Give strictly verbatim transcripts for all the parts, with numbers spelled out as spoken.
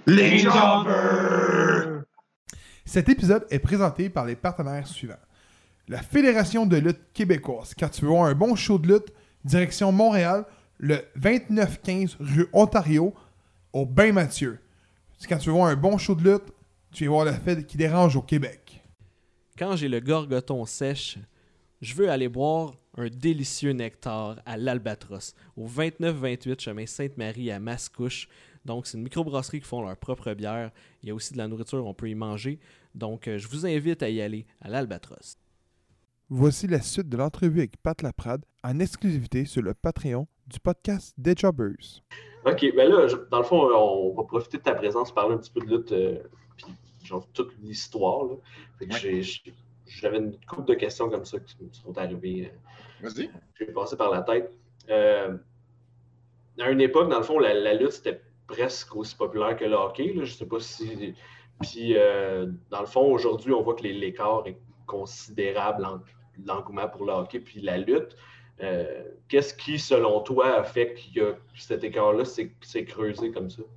Les Jobbers! Cet épisode est présenté par les partenaires suivants. La Fédération de lutte québécoise. Quand tu veux voir un bon show de lutte, direction Montréal, le vingt-neuf quinze rue Ontario, au Bain Mathieu. Quand tu veux voir un bon show de lutte, tu vas voir la fête qui dérange au Québec. Quand j'ai le gorgoton sèche, je veux aller boire un délicieux nectar à l'Albatros, au vingt-neuf vingt-huit chemin Sainte-Marie à Mascouche. Donc, c'est une microbrasserie qui font leur propre bière. Il y a aussi de la nourriture, on peut y manger. Donc, euh, je vous invite à y aller à l'Albatros. Voici la suite de l'entrevue avec Pat Laprade en exclusivité sur le Patreon du podcast des Jobbers. OK, ben là, je- dans le fond, on va profiter de ta présence, parler un petit peu de lutte, euh, puis genre toute l'histoire. Là. Fait que Ouais. j'ai- j'ai- j'avais une couple de questions comme ça qui me sont arrivées. euh, Vas-y. J'ai passé par la tête. Euh, à une époque, dans le fond, la, la lutte, c'était presque aussi populaire que le hockey. Là. Je sais pas si... Puis, euh, dans le fond, aujourd'hui, on voit que les- l'écart est considérable entre l'engouement pour le hockey puis la lutte. Euh, qu'est-ce qui, selon toi, a fait que cet écart-là s'est, s'est creusé comme ça?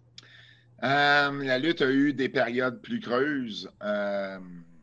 Euh, la lutte a eu des périodes plus creuses. Euh,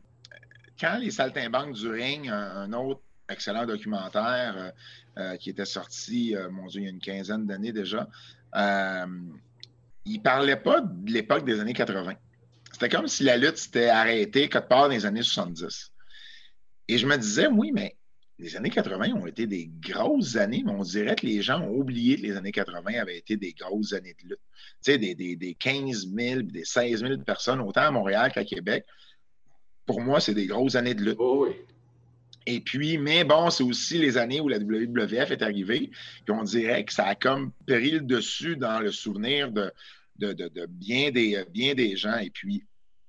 quand les Saltimbanques du ring, un, un autre excellent documentaire euh, euh, qui était sorti, euh, mon Dieu, il y a une quinzaine d'années déjà, euh, il ne parlait pas de l'époque des années quatre-vingt. C'était comme si la lutte s'était arrêtée quelque part dans les années soixante-dix. Et je me disais, oui, mais les années quatre-vingt ont été des grosses années, mais on dirait que les gens ont oublié que les années quatre-vingt avaient été des grosses années de lutte. Tu sais, des, des, des quinze mille, des seize mille personnes, autant à Montréal qu'à Québec. Pour moi, c'est des grosses années de lutte. Oh oui. Et puis, mais bon, c'est aussi les années où la W W F est arrivée, puis on dirait que ça a comme pris le dessus dans le souvenir de, de, de, de bien, des, bien des gens. Et puis,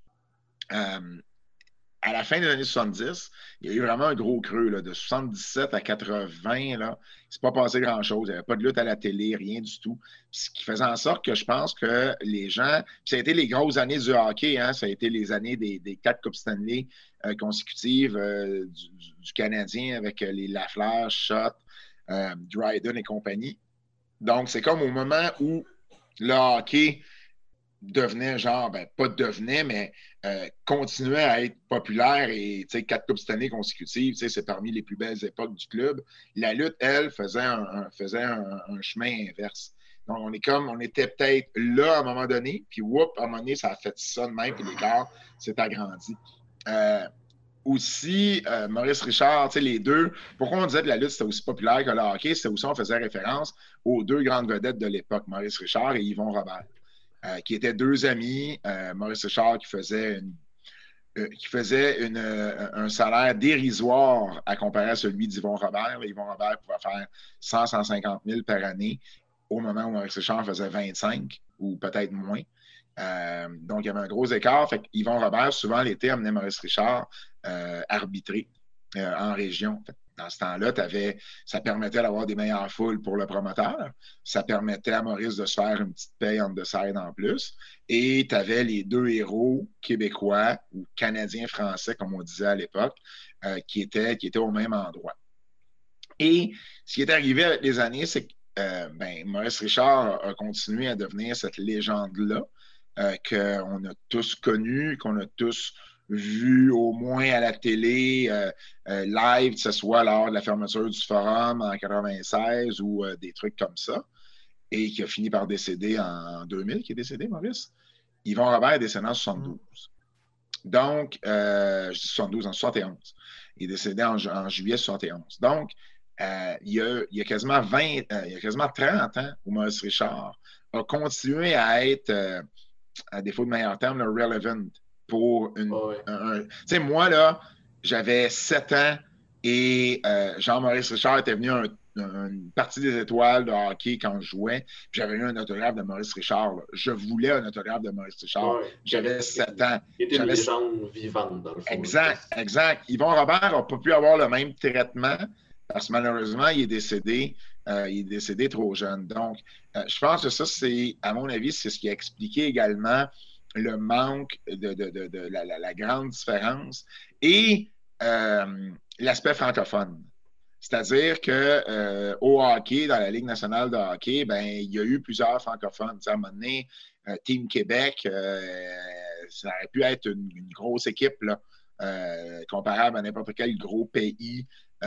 euh, à la fin des années soixante-dix, il y a eu vraiment un gros creux, là, de soixante-dix-sept à quatre-vingts, là, il ne s'est pas passé grand-chose. Il n'y avait pas de lutte à la télé, rien du tout. Ce qui faisait en sorte que je pense que les gens... Puis ça a été les grosses années du hockey, hein, ça a été les années des, des quatre Coupes Stanley euh, consécutives euh, du, du, du Canadien avec euh, les Lafleur, Schott, euh, Dryden et compagnie. Donc, c'est comme au moment où le hockey devenait genre, ben pas devenait, mais euh, continuait à être populaire et tu sais, quatre Coupes Stanley consécutives, tu sais, c'est parmi les plus belles époques du club. La lutte, elle, faisait un, un faisait un, un chemin inverse. Donc, on est comme, on était peut-être là à un moment donné, puis whoop, à un moment donné, ça a fait ça de même, puis l'écart s'est agrandi. Euh, aussi, euh, Maurice Richard, tu sais, les deux, pourquoi on disait que la lutte c'était aussi populaire que le hockey, c'était aussi, on faisait référence aux deux grandes vedettes de l'époque, Maurice Richard et Yvon Robert. Euh, qui étaient deux amis. Euh, Maurice Richard qui faisait, une, euh, qui faisait une, euh, un salaire dérisoire à comparer à celui d'Yvon Robert. Yvon Robert pouvait faire cent à cent cinquante mille par année au moment où Maurice Richard faisait vingt-cinq ou peut-être moins. Euh, donc, il y avait un gros écart. Fait qu'Yvon Robert, souvent l'été, amenait Maurice Richard euh, arbitrer euh, en région. Fait dans ce temps-là, t'avais, ça permettait d'avoir des meilleures foules pour le promoteur. Ça permettait à Maurice de se faire une petite paye on the side en plus. Et tu avais les deux héros québécois ou canadiens-français, comme on disait à l'époque, euh, qui, étaient, qui étaient au même endroit. Et ce qui est arrivé avec les années, c'est que euh, ben, Maurice Richard a continué à devenir cette légende-là euh, qu'on a tous connue, qu'on a tous vu au moins à la télé, euh, euh, live, que ce soit lors de la fermeture du Forum en quatre-vingt-seize ou euh, des trucs comme ça, et qui a fini par décéder en deux mille, qui est décédé, Maurice. Yvon Robert est décédé en soixante-douze. Donc, euh, je dis soixante-douze, en soixante et onze. Il est décédé en, ju- en juillet soixante et onze. Donc, euh, il, y a, il y a quasiment vingt, euh, il y a quasiment trente ans où Maurice Richard a continué à être, euh, à défaut de meilleur terme, le relevant pour une... Oh oui. un, un, tu sais, moi, là, j'avais sept ans et euh, Jean-Maurice Richard était venu à un, une partie des étoiles de hockey quand je jouais. J'avais eu un autographe de Maurice Richard. Là. Je voulais un autographe de Maurice Richard. Ouais. J'avais sept ans. Il était une J'avais... légende vivante, dans le fond. Exact, exact. Yvon Robert n'a pas pu avoir le même traitement parce que malheureusement, il est décédé. Euh, il est décédé trop jeune. Donc, euh, je pense que ça, c'est, à mon avis, c'est ce qui a expliqué également le manque de, de, de, de la, la, la grande différence et euh, l'aspect francophone. C'est-à-dire que euh, au hockey, dans la Ligue nationale de hockey, ben, il y a eu plusieurs francophones. À un moment donné, euh, Team Québec, euh, ça aurait pu être une, une grosse équipe, là, euh, comparable à n'importe quel gros pays,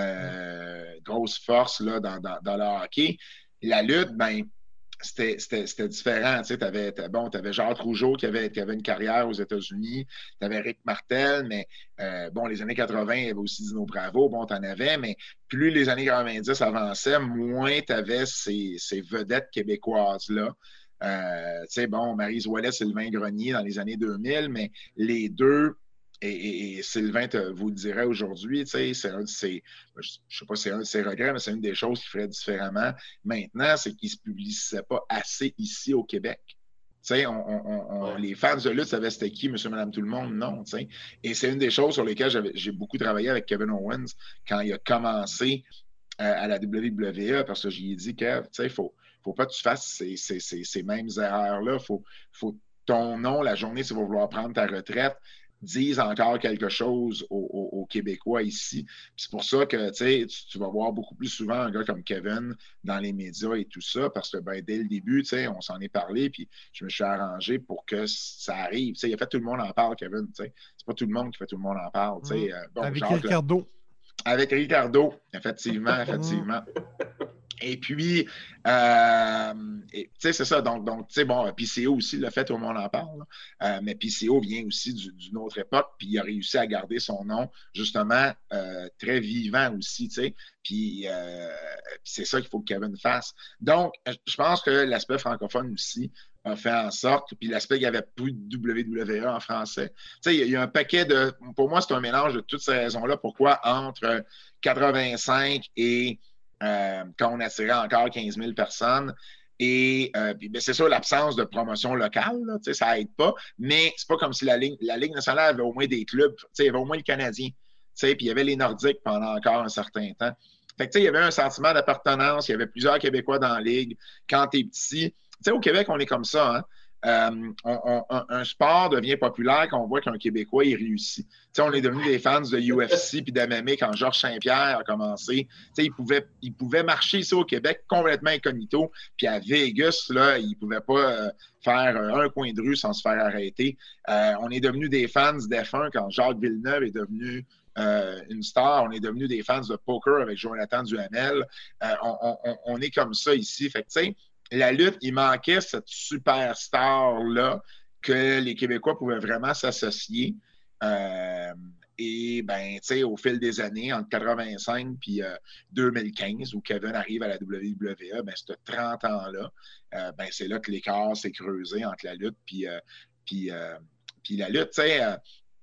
euh, grosse force là, dans, dans, dans le hockey. La lutte, ben, C'était, c'était, c'était différent. Tu avais, bon, avais Jacques Rougeau qui avait, qui avait une carrière aux États-Unis. Tu avais Rick Martel, mais euh, bon, les années quatre-vingts, il y avait aussi Dino Bravo. Bon, tu en avais, mais plus les années quatre-vingt-dix avançaient, moins tu avais ces, ces vedettes québécoises-là. Euh, tu sais, bon, Maryse Ouellet, Sylvain Grenier dans les années deux mille, mais les deux. Et, et, et Sylvain te, vous le dirait aujourd'hui, c'est un de ses, je ne sais pas si c'est un de ses regrets, mais c'est une des choses qu'il ferait différemment maintenant, c'est qu'il ne se publicisait pas assez ici au Québec. On, on, on, ouais. Les fans de lutte savaient c'était qui, monsieur, madame, tout le monde, non. T'sais. Et c'est une des choses sur lesquelles j'ai beaucoup travaillé avec Kevin Owens quand il a commencé euh, à la W W E, parce que j'ai dit que il ne faut, faut pas que tu fasses ces, ces, ces, ces mêmes erreurs-là. Il faut, faut ton nom, la journée, si tu vas vouloir prendre ta retraite, disent encore quelque chose aux, aux, aux Québécois ici. C'est pour ça que tu, tu vas voir beaucoup plus souvent un gars comme Kevin dans les médias et tout ça, parce que ben, dès le début, on s'en est parlé, puis je me suis arrangé pour que ça arrive. T'sais, il a fait tout le monde en parle, Kevin. C'est pas tout le monde qui fait tout le monde en parle. Mmh. Euh, bon, avec Jacques, Ricardo. Là, avec Ricardo, effectivement, effectivement. Et puis, euh, tu sais, c'est ça. Donc, donc tu sais, bon, P C O aussi l'a fait, tout le monde en parle. Euh, mais P C O vient aussi du, d'une autre époque, puis il a réussi à garder son nom, justement, euh, très vivant aussi, tu sais. Puis, euh, c'est ça qu'il faut que Kevin fasse. Donc, je pense que l'aspect francophone aussi a fait en sorte, puis l'aspect qu'il n'y avait plus de W W E en français. Tu sais, il y a un paquet de... Pour moi, c'est un mélange de toutes ces raisons-là. Pourquoi entre quatre-vingt-cinq et... Euh, quand on attirait encore quinze mille personnes. Et euh, puis, ben, c'est sûr, l'absence de promotion locale, là, ça n'aide pas, mais c'est pas comme si la Ligue, la Ligue nationale avait au moins des clubs, il y avait au moins le Canadien, puis il y avait les Nordiques pendant encore un certain temps. Fait que, il y avait un sentiment d'appartenance, il y avait plusieurs Québécois dans la Ligue. Quand tu es petit, au Québec, on est comme ça, hein? Euh, on, on, un, un sport devient populaire quand on voit qu'un Québécois il réussit. T'sais, on est devenus des fans de U F C puis d'M M A quand Georges Saint-Pierre a commencé. T'sais, il pouvait, il pouvait marcher ici au Québec complètement incognito, puis à Vegas, là, il ne pouvait pas euh, faire euh, un coin de rue sans se faire arrêter. Euh, on est devenus des fans d'F un quand Jacques Villeneuve est devenu euh, une star. On est devenus des fans de poker avec Jonathan Duhamel. Euh, on, on, on est comme ça ici. Fait que, tu sais, la lutte, il manquait cette superstar-là que les Québécois pouvaient vraiment s'associer. Euh, et, ben, tu sais, au fil des années, entre quatre-vingt-cinq et euh, deux mille quinze, où Kevin arrive à la W W E, ben, ce trente ans-là, euh, ben, c'est là que l'écart s'est creusé entre la lutte puis, euh, puis, euh, puis la lutte. Tu sais, euh,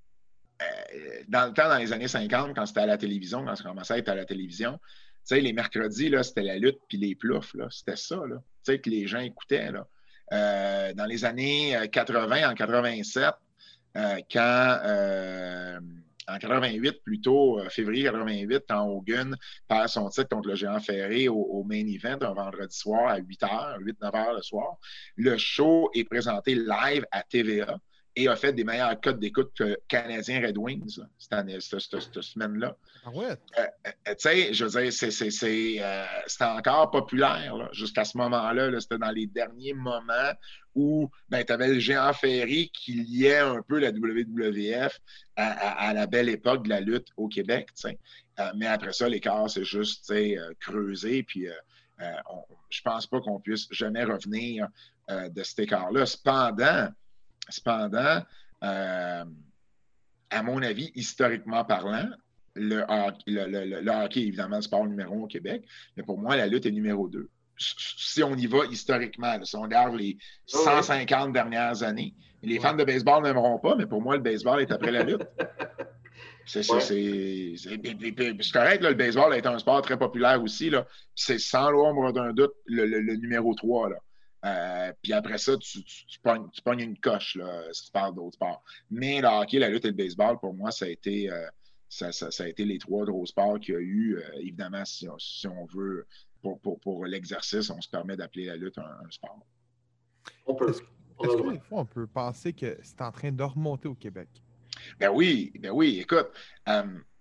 euh, dans le temps, dans les années cinquante, quand c'était à la télévision, quand ça commençait à être à la télévision, tu sais, les mercredis, là, c'était la lutte puis les ploufs, là. C'était ça, là. Tu sais, que les gens écoutaient, là. Euh, dans les années quatre-vingts, en quatre-vingt-sept, euh, quand... Euh, en quatre-vingt-huit, plutôt, euh, février quatre-vingt-huit, quand Hogan perd son titre contre le Géant Ferré au, au main event un vendredi soir à huit heures, huit neuf heures le soir, le show est présenté live à T V A et a fait des meilleurs codes d'écoute que Canadien Red Wings là, cette, année, cette, cette, cette semaine-là. Ah ouais? Euh, euh, tu sais, je veux dire, c'est, c'est, c'est, euh, c'était encore populaire là, jusqu'à ce moment-là. Là, c'était dans les derniers moments où ben, tu avais le Géant Ferré qui liait un peu la W W F à, à, à la belle époque de la lutte au Québec. Euh, mais après ça, l'écart s'est juste euh, creusé. Puis, euh, euh, on, je pense pas qu'on puisse jamais revenir euh, de cet écart-là. Cependant, cependant euh, à mon avis, historiquement parlant, le hockey, le, le, le, le hockey est évidemment le sport numéro un au Québec, mais pour moi, la lutte est numéro deux. Si on y va historiquement, là, si on regarde les cent cinquante dernières années, les ouais. fans de baseball n'aimeront pas, mais pour moi, le baseball est après la lutte. C'est, c'est, ouais. c'est, c'est, c'est, c'est correct, là, le baseball est un sport très populaire aussi. Là, c'est sans l'ombre d'un doute le, le, le numéro trois. Là. Euh, puis après ça, tu, tu, tu, pognes, tu pognes une coche là, si tu parles d'autres sports. Mais le hockey, la lutte et le baseball, pour moi, ça a été, euh, ça, ça, ça a été les trois gros sports qu'il y a eu. Euh, évidemment, si on, si on veut, pour, pour, pour l'exercice, on se permet d'appeler la lutte un, un sport. On peut. Est-ce, est-ce que des fois, on peut penser que c'est en train de remonter au Québec? Ben oui, ben oui. Écoute, euh,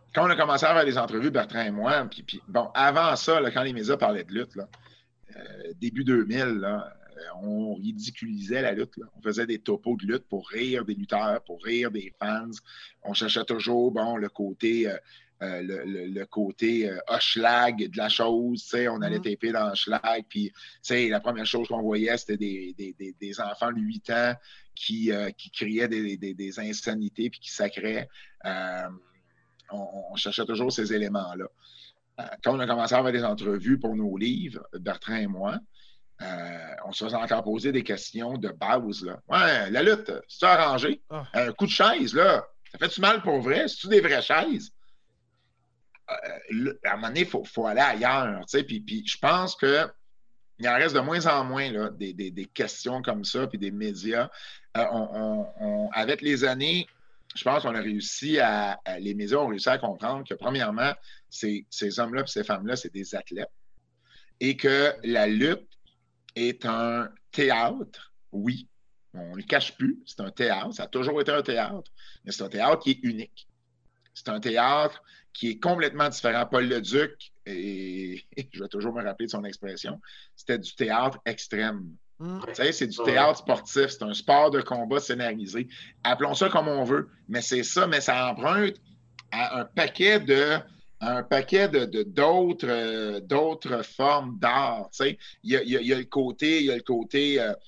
quand on a commencé à faire des entrevues, Bertrand et moi, puis, puis bon, avant ça, là, quand les médias parlaient de lutte, là, euh, début deux mille, là, on ridiculisait la lutte. Là. On faisait des topos de lutte pour rire des lutteurs, pour rire des fans. On cherchait toujours bon, le côté, euh, euh, le, le, le côté euh, Hochelag de la chose. On allait mm-hmm. taper dans Hochelag. Puis la première chose qu'on voyait, c'était des, des, des, des enfants de huit ans qui, euh, qui criaient des, des, des insanités puis qui sacraient. Euh, on, on cherchait toujours ces éléments-là. Euh, quand on a commencé à faire des entrevues pour nos livres, Bertrand et moi, Euh, on se faisait encore poser des questions de base. Là. Ouais, la lutte, c'est-tu arrangé? Oh. Un coup de chaise, là, ça fait-tu mal pour vrai? C'est-tu des vraies chaises? Euh, à un moment donné, il faut, faut aller ailleurs. Puis, puis je pense qu'il en reste de moins en moins là, des, des, des questions comme ça, puis des médias. Euh, on, on, on, avec les années, je pense qu'on a réussi à, à. Les médias ont réussi à comprendre que, premièrement, ces, ces hommes-là et ces femmes-là, c'est des athlètes. Et que la lutte est un théâtre, oui, on ne le cache plus, c'est un théâtre, ça a toujours été un théâtre, mais c'est un théâtre qui est unique. C'est un théâtre qui est complètement différent. Paul Leduc, et, et je vais toujours me rappeler de son expression, c'était du théâtre extrême. Mmh. Tu sais, c'est du théâtre sportif, c'est un sport de combat scénarisé. Appelons ça comme on veut, mais c'est ça, mais ça emprunte à un paquet de... un paquet de, de, d'autres, euh, d'autres formes d'art. Il y a, y, a, y a le côté, y a le côté euh,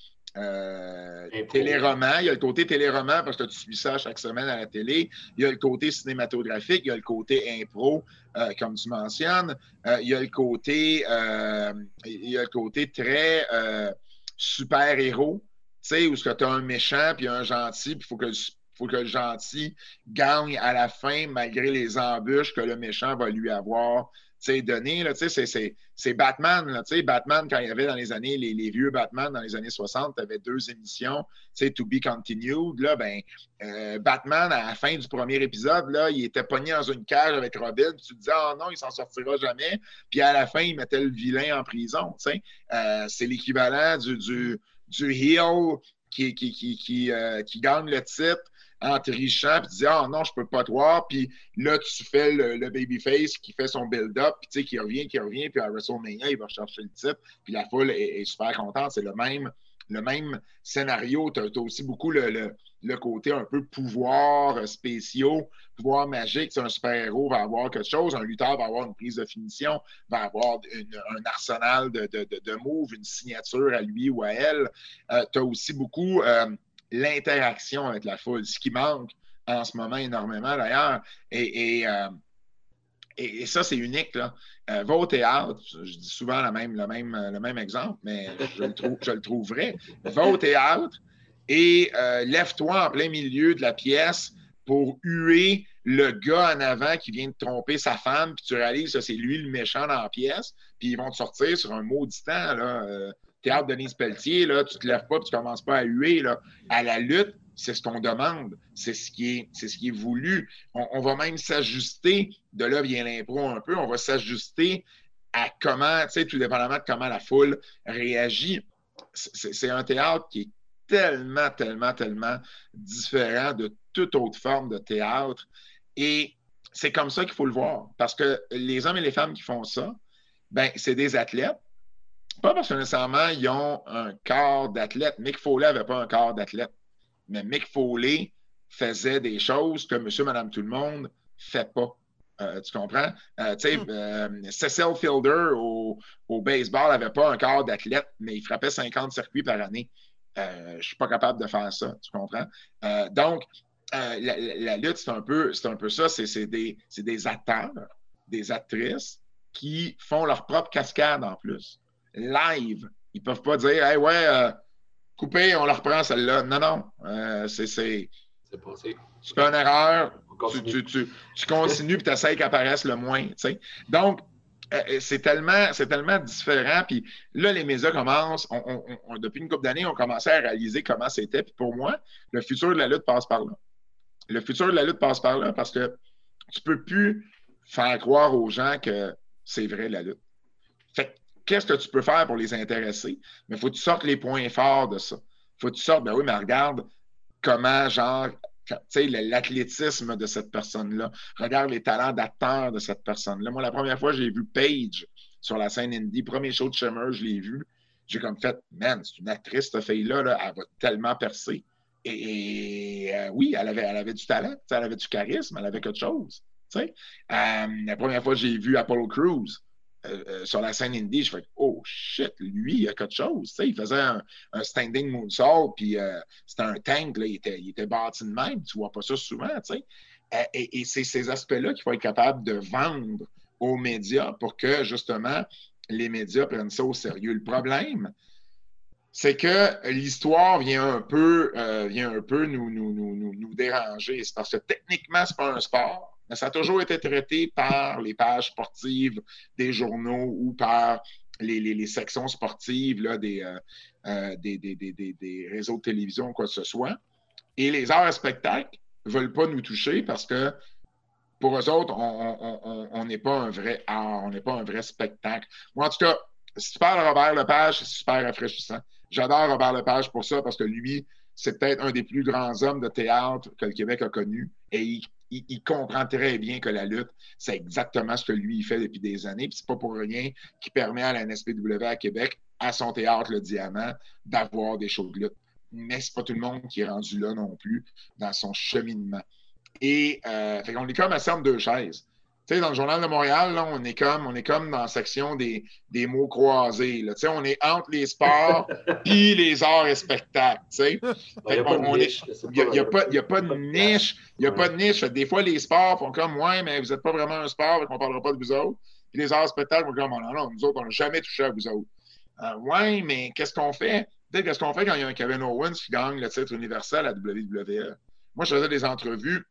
euh, téléroman, il y a le côté téléroman parce que tu suis ça chaque semaine à la télé, il y a le côté cinématographique, il y a le côté impro, euh, comme tu mentionnes, il euh, y a le côté euh, il y a le côté très euh, super-héros, où tu as un méchant puis un gentil, puis il faut que Il faut que le gentil gagne à la fin malgré les embûches que le méchant va lui avoir données. C'est, c'est, c'est Batman. Là, Batman, quand il y avait dans les années, les, les vieux Batman dans les années soixante, tu avais deux émissions, To Be Continued. Là, ben, euh, Batman, à la fin du premier épisode, là, il était pogné dans une cage avec Robin. Puis tu te disais, oh non, il s'en sortira jamais. Puis à la fin, il mettait le vilain en prison. Euh, c'est l'équivalent du, du, du heel qui, qui, qui, qui, euh, qui gagne le titre en trichant, puis tu dis « Ah non, je peux pas te voir », puis là, tu fais le, le babyface qui fait son build-up, puis tu sais, qui revient, qui revient, puis à WrestleMania, il va chercher le titre, puis la foule est, est super contente. C'est le même, le même scénario. Tu as aussi beaucoup le, le, le côté un peu pouvoir spéciaux, pouvoir magique. C'est un super-héros va avoir quelque chose, un lutteur va avoir une prise de finition, va avoir une, un arsenal de, de, de, de moves, une signature à lui ou à elle. Euh, tu as aussi beaucoup... Euh, l'interaction avec la foule, ce qui manque en ce moment énormément d'ailleurs. Et, et, euh, et, et ça, c'est unique. Là. Euh, va au théâtre, je dis souvent la même, le, même, le même exemple, mais je le trouve, je le trouve vrai. Va au théâtre et euh, lève-toi en plein milieu de la pièce pour huer le gars en avant qui vient de tromper sa femme, puis tu réalises que c'est lui le méchant dans la pièce, puis ils vont te sortir sur un maudit temps, là, euh, théâtre Denise Pelletier, là, tu te lèves pas, puis tu commences pas à huer. Là. À la lutte, c'est ce qu'on demande, c'est ce qui est, c'est ce qui est voulu. On, on va même s'ajuster, de là vient l'impro un peu, on va s'ajuster à comment, tu sais, tout dépendamment de comment la foule réagit. C'est, c'est un théâtre qui est tellement, tellement, tellement différent de toute autre forme de théâtre. Et c'est comme ça qu'il faut le voir. Parce que les hommes et les femmes qui font ça, ben, c'est des athlètes. Pas parce que nécessairement ils ont un corps d'athlète. Mick Foley n'avait pas un corps d'athlète. Mais Mick Foley faisait des choses que monsieur, madame, tout le monde ne fait pas. Euh, tu comprends? Euh, tu sais, mm. euh, Cecil Fielder au, au baseball n'avait pas un corps d'athlète, mais il frappait cinquante circuits par année. Euh, je ne suis pas capable de faire ça. Tu comprends? Euh, donc, euh, la, la, la lutte, c'est un peu, c'est un peu ça. C'est, c'est, des, c'est des acteurs, des actrices qui font leur propre cascade en plus. Live. Ils ne peuvent pas dire, hey, ouais, euh, coupé, on la reprend celle-là. Non, non. Euh, c'est, c'est, c'est passé. Tu fais une erreur, tu, tu, tu, tu continues et tu essaies qu'elle apparaisse le moins. T'sais. Donc, euh, c'est, tellement, c'est tellement différent. Puis là, les médias commencent, on, on, on, depuis une couple d'années, on commençait à réaliser comment c'était. Puis pour moi, le futur de la lutte passe par là. Le futur de la lutte passe par là parce que tu ne peux plus faire croire aux gens que c'est vrai la lutte. Fait que, qu'est-ce que tu peux faire pour les intéresser? Mais il faut que tu sortes les points forts de ça. Il faut que tu sortes, ben oui, mais regarde comment, genre, Tu sais, l'athlétisme de cette personne-là. Regarde les talents d'acteur de cette personne-là. Moi, la première fois que j'ai vu Paige sur la scène indie, premier show de Shimmer, je l'ai vu. J'ai comme fait, man, c'est une actrice, cette fille-là, là, elle va tellement percer. Et, et euh, oui, elle avait, elle avait du talent, elle avait du charisme, elle avait quelque chose. Euh, la première fois que j'ai vu Apollo Crews euh, euh, sur la scène indie, je fais oh shit, lui, il a quelque chose. T'sais, il faisait un, un standing moonsault, puis euh, c'était un tank, là, il, était, il était bâti de même. Tu vois pas ça souvent. Euh, et, et c'est ces aspects-là qu'il faut être capable de vendre aux médias pour que, justement, les médias prennent ça au sérieux. Le problème, c'est que l'histoire vient un peu, euh, vient un peu nous, nous, nous, nous, nous déranger. C'est parce que techniquement, c'est pas un sport, mais ça a toujours été traité par les pages sportives des journaux ou par les, les, les sections sportives là, des, euh, euh, des, des, des, des, des réseaux de télévision ou quoi que ce soit. Et les arts et spectacles ne veulent pas nous toucher parce que pour eux autres, on n'est pas un vrai art, on n'est pas un vrai spectacle. Moi, en tout cas, si tu parles de Robert Lepage, c'est super rafraîchissant. J'adore Robert Lepage pour ça parce que lui, c'est peut-être un des plus grands hommes de théâtre que le Québec a connu et il, il, il comprend très bien que la lutte, c'est exactement ce que lui, il fait depuis des années. Puis c'est pas pour rien qu'il permet à la N S P W à Québec, à son théâtre Le Diamant, d'avoir des shows de lutte. Mais c'est pas tout le monde qui est rendu là non plus dans son cheminement. Et euh, fait qu'on est comme assis entre deux chaises. Tu sais, dans le Journal de Montréal, là, on est comme on est comme dans la section des, des mots croisés. Là. Tu sais, on est entre les sports puis les arts et spectacles. Tu sais. Il n'y a, a, a pas de niche. Il n'y a pas de niche. Des fois, les sports font comme ouais, mais vous n'êtes pas vraiment un sport, donc on ne parlera pas de vous autres. Puis les arts et spectacles font comme non, non, nous autres, on n'a jamais touché à vous autres. Euh, ouais, mais qu'est-ce qu'on fait? Peut-être qu'est-ce qu'on fait quand il y a un Kevin Owens qui gagne le titre universel à W W E? Moi, je faisais des entrevues.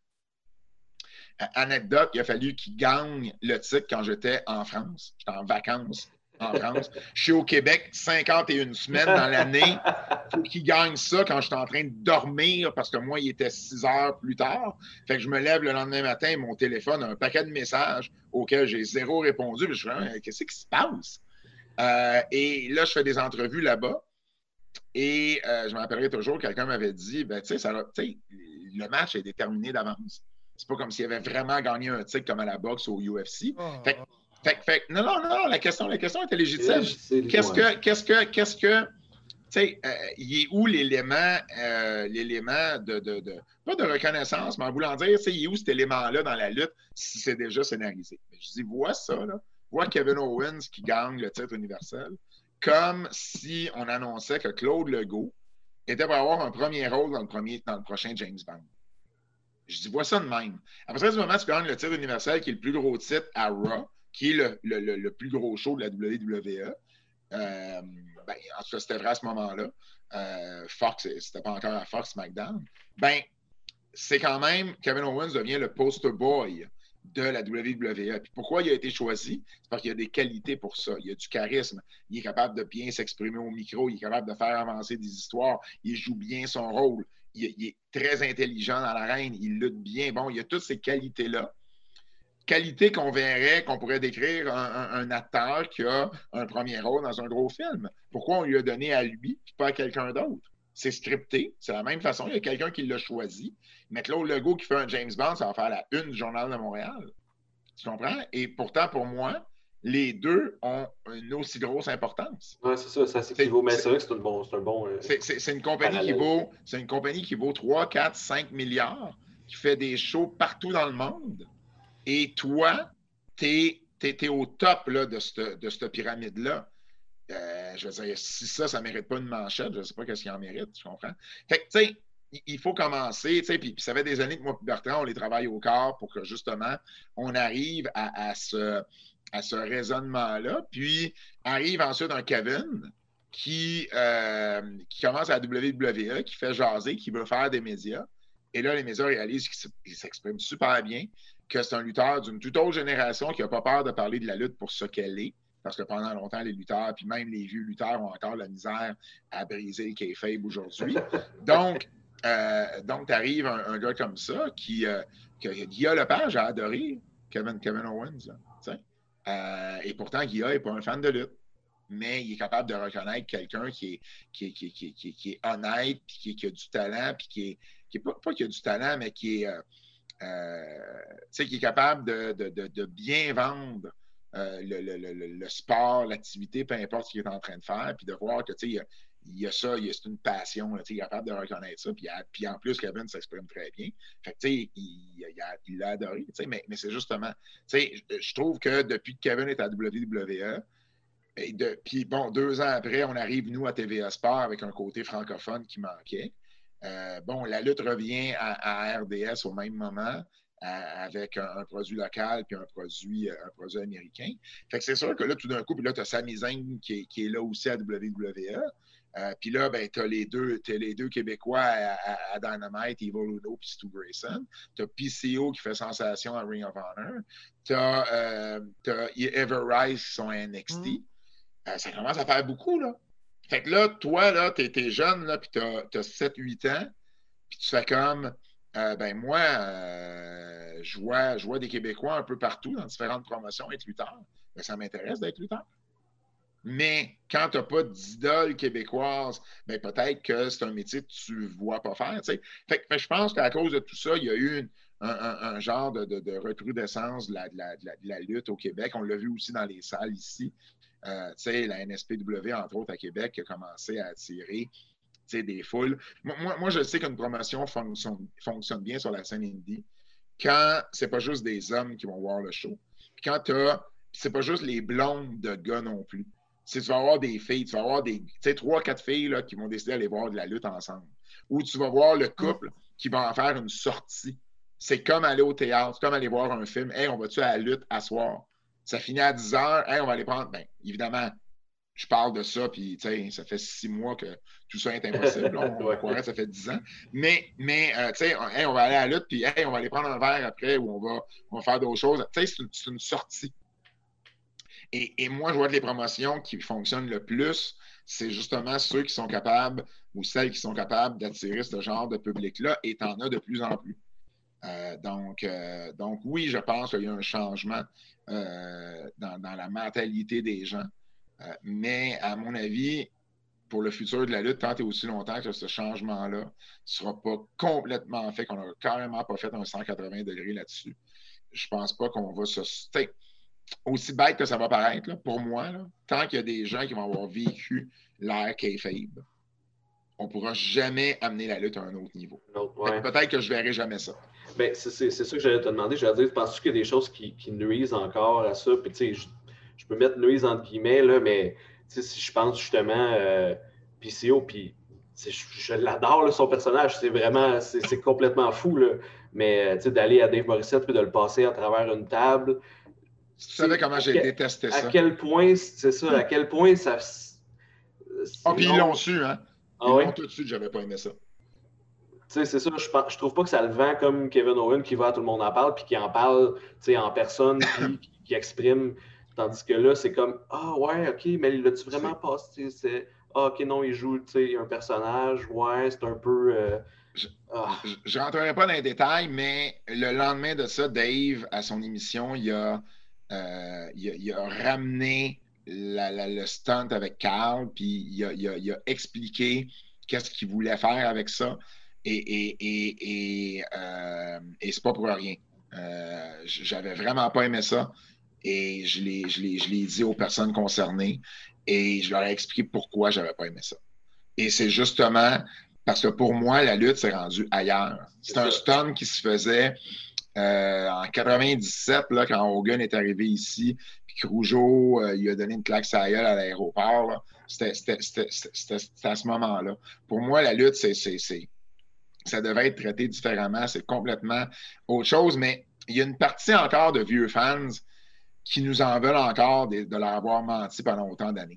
Anecdote, il a fallu qu'il gagne le titre quand j'étais en France. J'étais en vacances en France. Je suis au Québec cinquante et une semaines dans l'année. Il faut qu'il gagne ça quand j'étais en train de dormir parce que moi, il était six heures plus tard. Fait que je me lève le lendemain matin et mon téléphone a un paquet de messages auxquels j'ai zéro répondu. Puis je me dis, qu'est-ce qui se passe? Euh, et là, je fais des entrevues là-bas. Et euh, je me rappellerai toujours, quelqu'un m'avait dit, ben, tu sais, le match est déterminé d'avance. C'est pas comme s'il avait vraiment gagné un titre comme à la boxe ou au U F C. Oh. Fait, fait, fait, non, non, non, la question, la question était légitime. Qu'est-ce que, qu'est-ce que, qu'est-ce que, tu sais, euh, il est où l'élément, euh, l'élément de, de, de, pas de reconnaissance, mais en voulant dire, tu sais, il est où cet élément-là dans la lutte si c'est déjà scénarisé? Je dis, vois ça, là. Vois Kevin Owens qui gagne le titre universel, comme si on annonçait que Claude Legault était pour avoir un premier rôle dans le, premier, dans le prochain James Bond. Je dis, vois ça de même. À partir du moment où tu gagnes le titre universel, qui est le plus gros titre à Raw, qui est le, le, le, le plus gros show de la W W E, euh, ben, en tout cas, c'était vrai à ce moment-là. Euh, Fox, c'était pas encore à Fox SmackDown. Ben, c'est quand même, Kevin Owens devient le poster boy de la W W E. Puis pourquoi il a été choisi? C'est parce qu'il y a des qualités pour ça. Il y a du charisme. Il est capable de bien s'exprimer au micro. Il est capable de faire avancer des histoires. Il joue bien son rôle. Il, il est très intelligent dans l'arène. Il lutte bien. Bon, il y a toutes ces qualités-là. Qualités qu'on verrait, qu'on pourrait décrire un, un, un acteur qui a un premier rôle dans un gros film. Pourquoi on lui a donné à lui et pas à quelqu'un d'autre? C'est scripté. C'est de la même façon. Il y a quelqu'un qui l'a choisi. Mais Claude Legault qui fait un James Bond, ça va faire la une du Journal de Montréal. Tu comprends? Et pourtant, pour moi, les deux ont une aussi grosse importance. Oui, c'est ça. Ça s'équivaut. Mais c'est vrai que c'est un bon... C'est un bon euh, c'est, c'est, c'est, une compagnie qui vaut, c'est une compagnie qui vaut trois, quatre, cinq milliards, qui fait des shows partout dans le monde. Et toi, t'es, t'es, t'es au top là, de cette, de cette pyramide-là. Euh, je veux dire, si ça, ça ne mérite pas une manchette, je ne sais pas qu'est-ce qu'il en mérite, tu comprends? Fait que, tu sais, il faut commencer, tu sais, puis, puis ça fait des années que moi et Bertrand, on les travaille au corps pour que, justement, on arrive à, à, ce, à ce raisonnement-là, puis arrive ensuite un Kevin qui, euh, qui commence à la W W E, qui fait jaser, qui veut faire des médias, et là, les médias réalisent qu'il s'exprime super bien, que c'est un lutteur d'une toute autre génération qui n'a pas peur de parler de la lutte pour ce qu'elle est, parce que pendant longtemps, les lutteurs, puis même les vieux lutteurs ont encore la misère à briser le kayfabe aujourd'hui. Donc, euh, donc tu arrives un, un gars comme ça qui, euh, que Guillaume Lepage a adoré Kevin, Kevin Owens. Là, euh, et pourtant, Guillaume n'est pas un fan de lutte. mais il est capable de reconnaître quelqu'un qui est, qui est, qui est, qui est, qui est, qui est honnête, puis qui, qui a du talent, puis qui est, qui est pas, pas qui a du talent, mais qui est, euh, euh, qui est capable de, de, de, de bien vendre euh, le, le, le, le sport, l'activité, peu importe ce qu'il est en train de faire, puis de voir que, tu sais, il y a, il y a ça, il y a, c'est une passion, là, il est capable de reconnaître ça, puis, puis en plus, Kevin s'exprime très bien. Fait que, tu sais, il, il, il l'a adoré, tu sais, mais, mais c'est justement, tu sais, je, je trouve que depuis que Kevin est à W W E, et de, puis bon, deux ans après, on arrive, nous, à T V A Sport avec un côté francophone qui manquait. Euh, bon, la lutte revient à, à R D S au même moment, à, avec un, un produit local puis un produit, un produit américain. Fait que c'est sûr que là, tout d'un coup, puis là, tu as Sami Zayn qui est, qui est là aussi à W W E. Euh, puis là, ben, tu as les deux, t'as les deux Québécois à, à, à Dynamite, Evil Uno puis Stu Grayson. Tu as P C O qui fait sensation à Ring of Honor. Tu as, euh, Ever Rise qui sont à N X T. Mm. Euh, ça commence à faire beaucoup, là. Fait que là, toi, là, t'es, t'es jeune, là, puis t'as, t'as sept huit ans, puis tu fais comme, euh, ben moi, euh, je, vois, je vois des Québécois un peu partout, dans différentes promotions, être lutteur. Ben, ça m'intéresse d'être lutteur. Mais quand tu n'as pas d'idole québécoise, ben peut-être que c'est un métier que tu ne vois pas faire. Fait, fait que je pense qu'à cause de tout ça, il y a eu une, un, un, un genre de, de, de recrudescence de la, de, la, de, la, de la lutte au Québec. On l'a vu aussi dans les salles ici. Euh, la N S P W, entre autres, à Québec, qui a commencé à attirer des foules. Moi, moi, je sais qu'une promotion fonctionne, fonctionne bien sur la scène indie quand c'est pas juste des hommes qui vont voir le show. Puis quand tu as... c'est pas juste les blondes de gars non plus. Si tu vas avoir des filles, tu vas avoir des, tu sais, trois, quatre filles là, qui vont décider d'aller voir de la lutte ensemble. Ou tu vas voir le couple qui va en faire une sortie. C'est comme aller au théâtre, c'est comme aller voir un film. Hey, on va-tu à la lutte à soir? Ça finit à dix heures. Hey, on va aller prendre. Bien, évidemment, je parle de ça, puis tu sais, ça fait six mois que tout ça est impossible. On, on croirait que ça fait dix ans. Mais, mais euh, tu sais, hey, on va aller à la lutte, puis hey, on va aller prendre un verre après, ou on va, on va faire d'autres choses. Tu sais, c'est une, c'est une sortie. Et, et moi, je vois que les promotions qui fonctionnent le plus, c'est justement ceux qui sont capables ou celles qui sont capables d'attirer ce genre de public-là, et t'en as de plus en plus. Euh, donc, euh, donc, oui, je pense qu'il y a un changement euh, dans, dans la mentalité des gens. Euh, mais à mon avis, pour le futur de la lutte, tant et aussi longtemps que ce changement-là ne sera pas complètement fait, qu'on n'aura carrément pas fait un cent quatre-vingts degrés là-dessus, je pense pas qu'on va se... Aussi bête que ça va paraître, là, pour moi, là, tant qu'il y a des gens qui vont avoir vécu l'ère kayfabe, on ne pourra jamais amener la lutte à un autre niveau. Autre, ouais. Peut-être que je ne verrai jamais ça. Ben, c'est, c'est, c'est ça que j'allais te demander. Je vais dire, penses-tu qu'il y a des choses qui, qui nuisent encore à ça? Puis, tu sais, je, je peux mettre nuisent entre guillemets, là, mais si je pense justement euh, P C O, puis je, je l'adore, là, son personnage, c'est vraiment, c'est, c'est complètement fou, là. Mais tu sais, d'aller à Dave Morissette puis de le passer à travers une table. Tu savais comment j'ai quel, détesté ça. À quel point, c'est ça, à quel point ça... Ah, puis ils l'ont su, hein? Ils ah, l'ont oui? tout de suite, j'avais pas aimé ça. Tu sais, c'est ça, je, je trouve pas que ça le vend comme Kevin Owens qui va à tout le monde en parle, puis qui en parle, tu sais, en personne, puis qui, qui exprime, tandis que là, c'est comme, ah ouais, ok, mais l'as-tu vraiment passé? C'est, ah, ok, non, il joue, tu sais, un personnage, ouais, c'est un peu... Euh, Je ne ah. rentrerai pas dans les détails, mais le lendemain de ça, Dave, à son émission, il a... Euh, il, a, il a ramené la, la, le stunt avec Carl, puis il a, il a, il a expliqué qu'est-ce qu'il voulait faire avec ça. Et, et, et, et, euh, et c'est pas pour rien. Euh, j'avais vraiment pas aimé ça. Et je l'ai, je l'ai, je l'ai dit aux personnes concernées. Et je leur ai expliqué pourquoi j'avais pas aimé ça. Et c'est justement parce que pour moi, la lutte s'est rendue ailleurs. C'est, c'est un stunt qui se faisait... Euh, en quatre-vingt-dix-sept, là, quand Hogan est arrivé ici, puis que Rougeau, euh, il a donné une claque sur la gueule à l'aéroport, là, c'était, c'était, c'était, c'était, c'était à ce moment-là. Pour moi, la lutte, c'est, c'est, c'est, ça devait être traité différemment. C'est complètement autre chose, mais il y a une partie encore de vieux fans qui nous en veulent encore de, de leur avoir menti pendant autant d'années.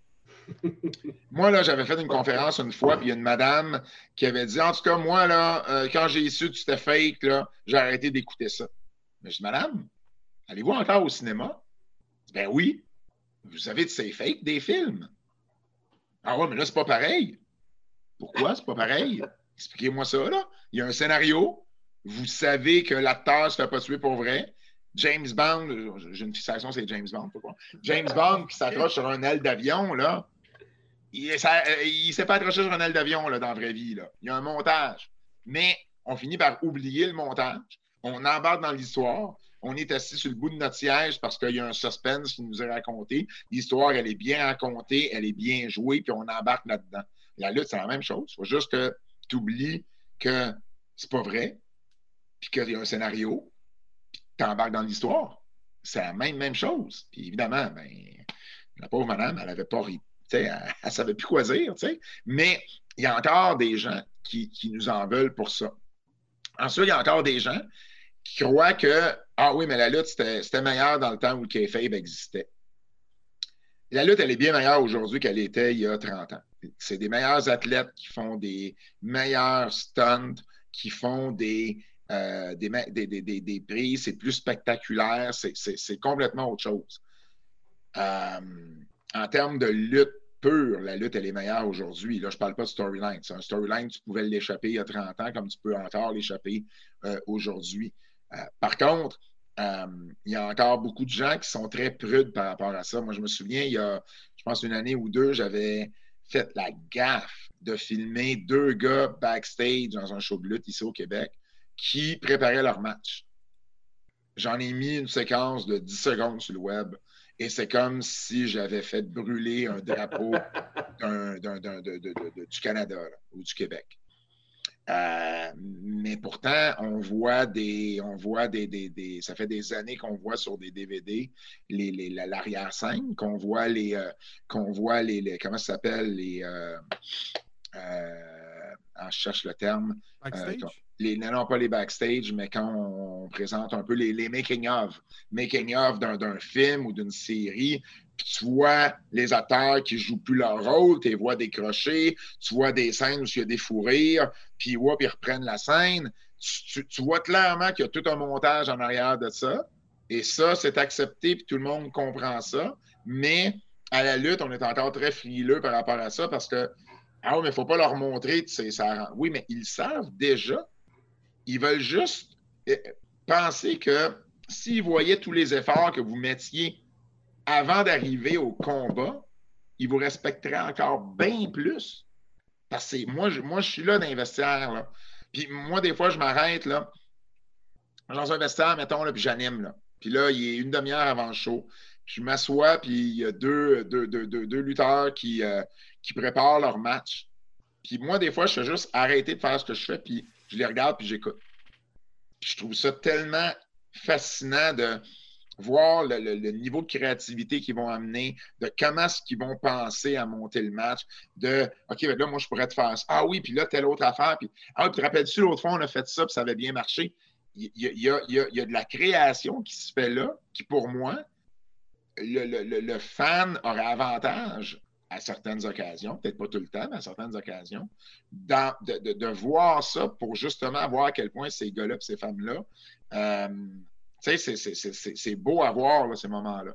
Moi, là, j'avais fait une conférence une fois, puis il y a une madame qui avait dit, en tout cas, moi, là, euh, quand j'ai su que c'était fake, là, j'ai arrêté d'écouter ça. Mais je dis, madame, allez-vous encore au cinéma? Je dis, ben oui. Vous savez que c'est fake, des films. Ah ouais, mais là, c'est pas pareil. Pourquoi c'est pas pareil? Expliquez-moi ça, là. Il y a un scénario. Vous savez que l'acteur se fait pas tuer pour vrai. James Bond, j'ai une fixation, c'est James Bond, pourquoi? James Bond qui s'accroche sur un aile d'avion, là, il ne s'est pas accroché sur un aile d'avion là, dans la vraie vie. Là. Il y a un montage. Mais on finit par oublier le montage. On embarque dans l'histoire. On est assis sur le bout de notre siège parce qu'il y a un suspense qui nous est raconté. L'histoire, elle est bien racontée, elle est bien jouée, puis on embarque là-dedans. La lutte, c'est la même chose. Il faut juste que tu oublies que c'est pas vrai, puis qu'il y a un scénario, puis tu embarques dans l'histoire. C'est la même, même chose. Puis évidemment, ben, la pauvre madame, elle n'avait pas ri. Elle ne savait plus quoi dire. T'sais. Mais il y a encore des gens qui, qui nous en veulent pour ça. Ensuite, il y a encore des gens qui croient que ah oui, mais la lutte, c'était, c'était meilleur dans le temps où le kayfabe existait. La lutte, elle est bien meilleure aujourd'hui qu'elle était il y a trente ans. C'est des meilleurs athlètes qui font des meilleurs stunts, qui font des, euh, des, des, des, des, des prix, c'est plus spectaculaire, c'est, c'est, c'est complètement autre chose. Euh, en termes de lutte pure, la lutte, elle est meilleure aujourd'hui. Là, je ne parle pas de storyline. C'est un storyline, tu pouvais l'échapper il y a trente ans, comme tu peux encore l'échapper euh, aujourd'hui. Euh, par contre, euh, il y a encore beaucoup de gens qui sont très prudes par rapport à ça. Moi, je me souviens, il y a, je pense, une année ou deux, j'avais fait la gaffe de filmer deux gars backstage dans un show de lutte ici au Québec qui préparaient leur match. J'en ai mis une séquence de dix secondes sur le web et c'est comme si j'avais fait brûler un drapeau d'un, d'un, d'un, de, de, de, du Canada là, ou du Québec. Euh, mais pourtant, on voit des. On voit des, des, des. Ça fait des années qu'on voit sur des D V D les, les, l'arrière-scène, qu'on voit les. Euh, qu'on voit les, les. Comment ça s'appelle? Les. Euh, euh, ah, je cherche le terme. Backstage? Euh, les, non, pas les backstage, mais quand on, on présente un peu les, les making-of. Making-of d'un, d'un film ou d'une série. Puis tu vois les acteurs qui jouent plus leur rôle, tu les vois décrocher, tu vois des scènes où il y a des fous rires, puis ouais, puis ils reprennent la scène. Tu, tu, tu vois clairement qu'il y a tout un montage en arrière de ça. Et ça, c'est accepté, puis tout le monde comprend ça. Mais à la lutte, on est encore très frileux par rapport à ça parce que, ah oui, mais il ne faut pas leur montrer, tu sais, ça rend... Oui, mais ils savent déjà. Ils veulent juste penser que s'ils voyaient tous les efforts que vous mettiez avant d'arriver au combat, ils vous respecteraient encore bien plus. Parce que moi, je, moi, je suis là d'investir. Là. Puis moi, des fois, je m'arrête là, dans un vestiaire, mettons, là, puis j'anime. Là. Puis là, il est une demi-heure avant le show. Je m'assois, puis il y a deux, deux, deux, deux, deux lutteurs qui, euh, qui préparent leur match. Puis moi, des fois, je fais juste arrêter de faire ce que je fais, puis je les regarde, puis j'écoute. Puis je trouve ça tellement fascinant de voir le, le, le niveau de créativité qu'ils vont amener, de comment est-ce qu'ils vont penser à monter le match, de « OK, ben là, moi, je pourrais te faire ça. Ah oui, puis là, telle autre affaire. Puis, ah, puis te rappelles-tu, l'autre fois, on a fait ça, puis ça avait bien marché. » Il y a, il y a, il y a, il y a de la création qui se fait là, qui, pour moi, le, le, le fan aurait avantage à certaines occasions, peut-être pas tout le temps, mais à certaines occasions, dans, de, de, de voir ça pour justement voir à quel point ces gars-là et ces femmes-là euh, tu sais, c'est, c'est, c'est, c'est beau à voir, là, ces moments-là.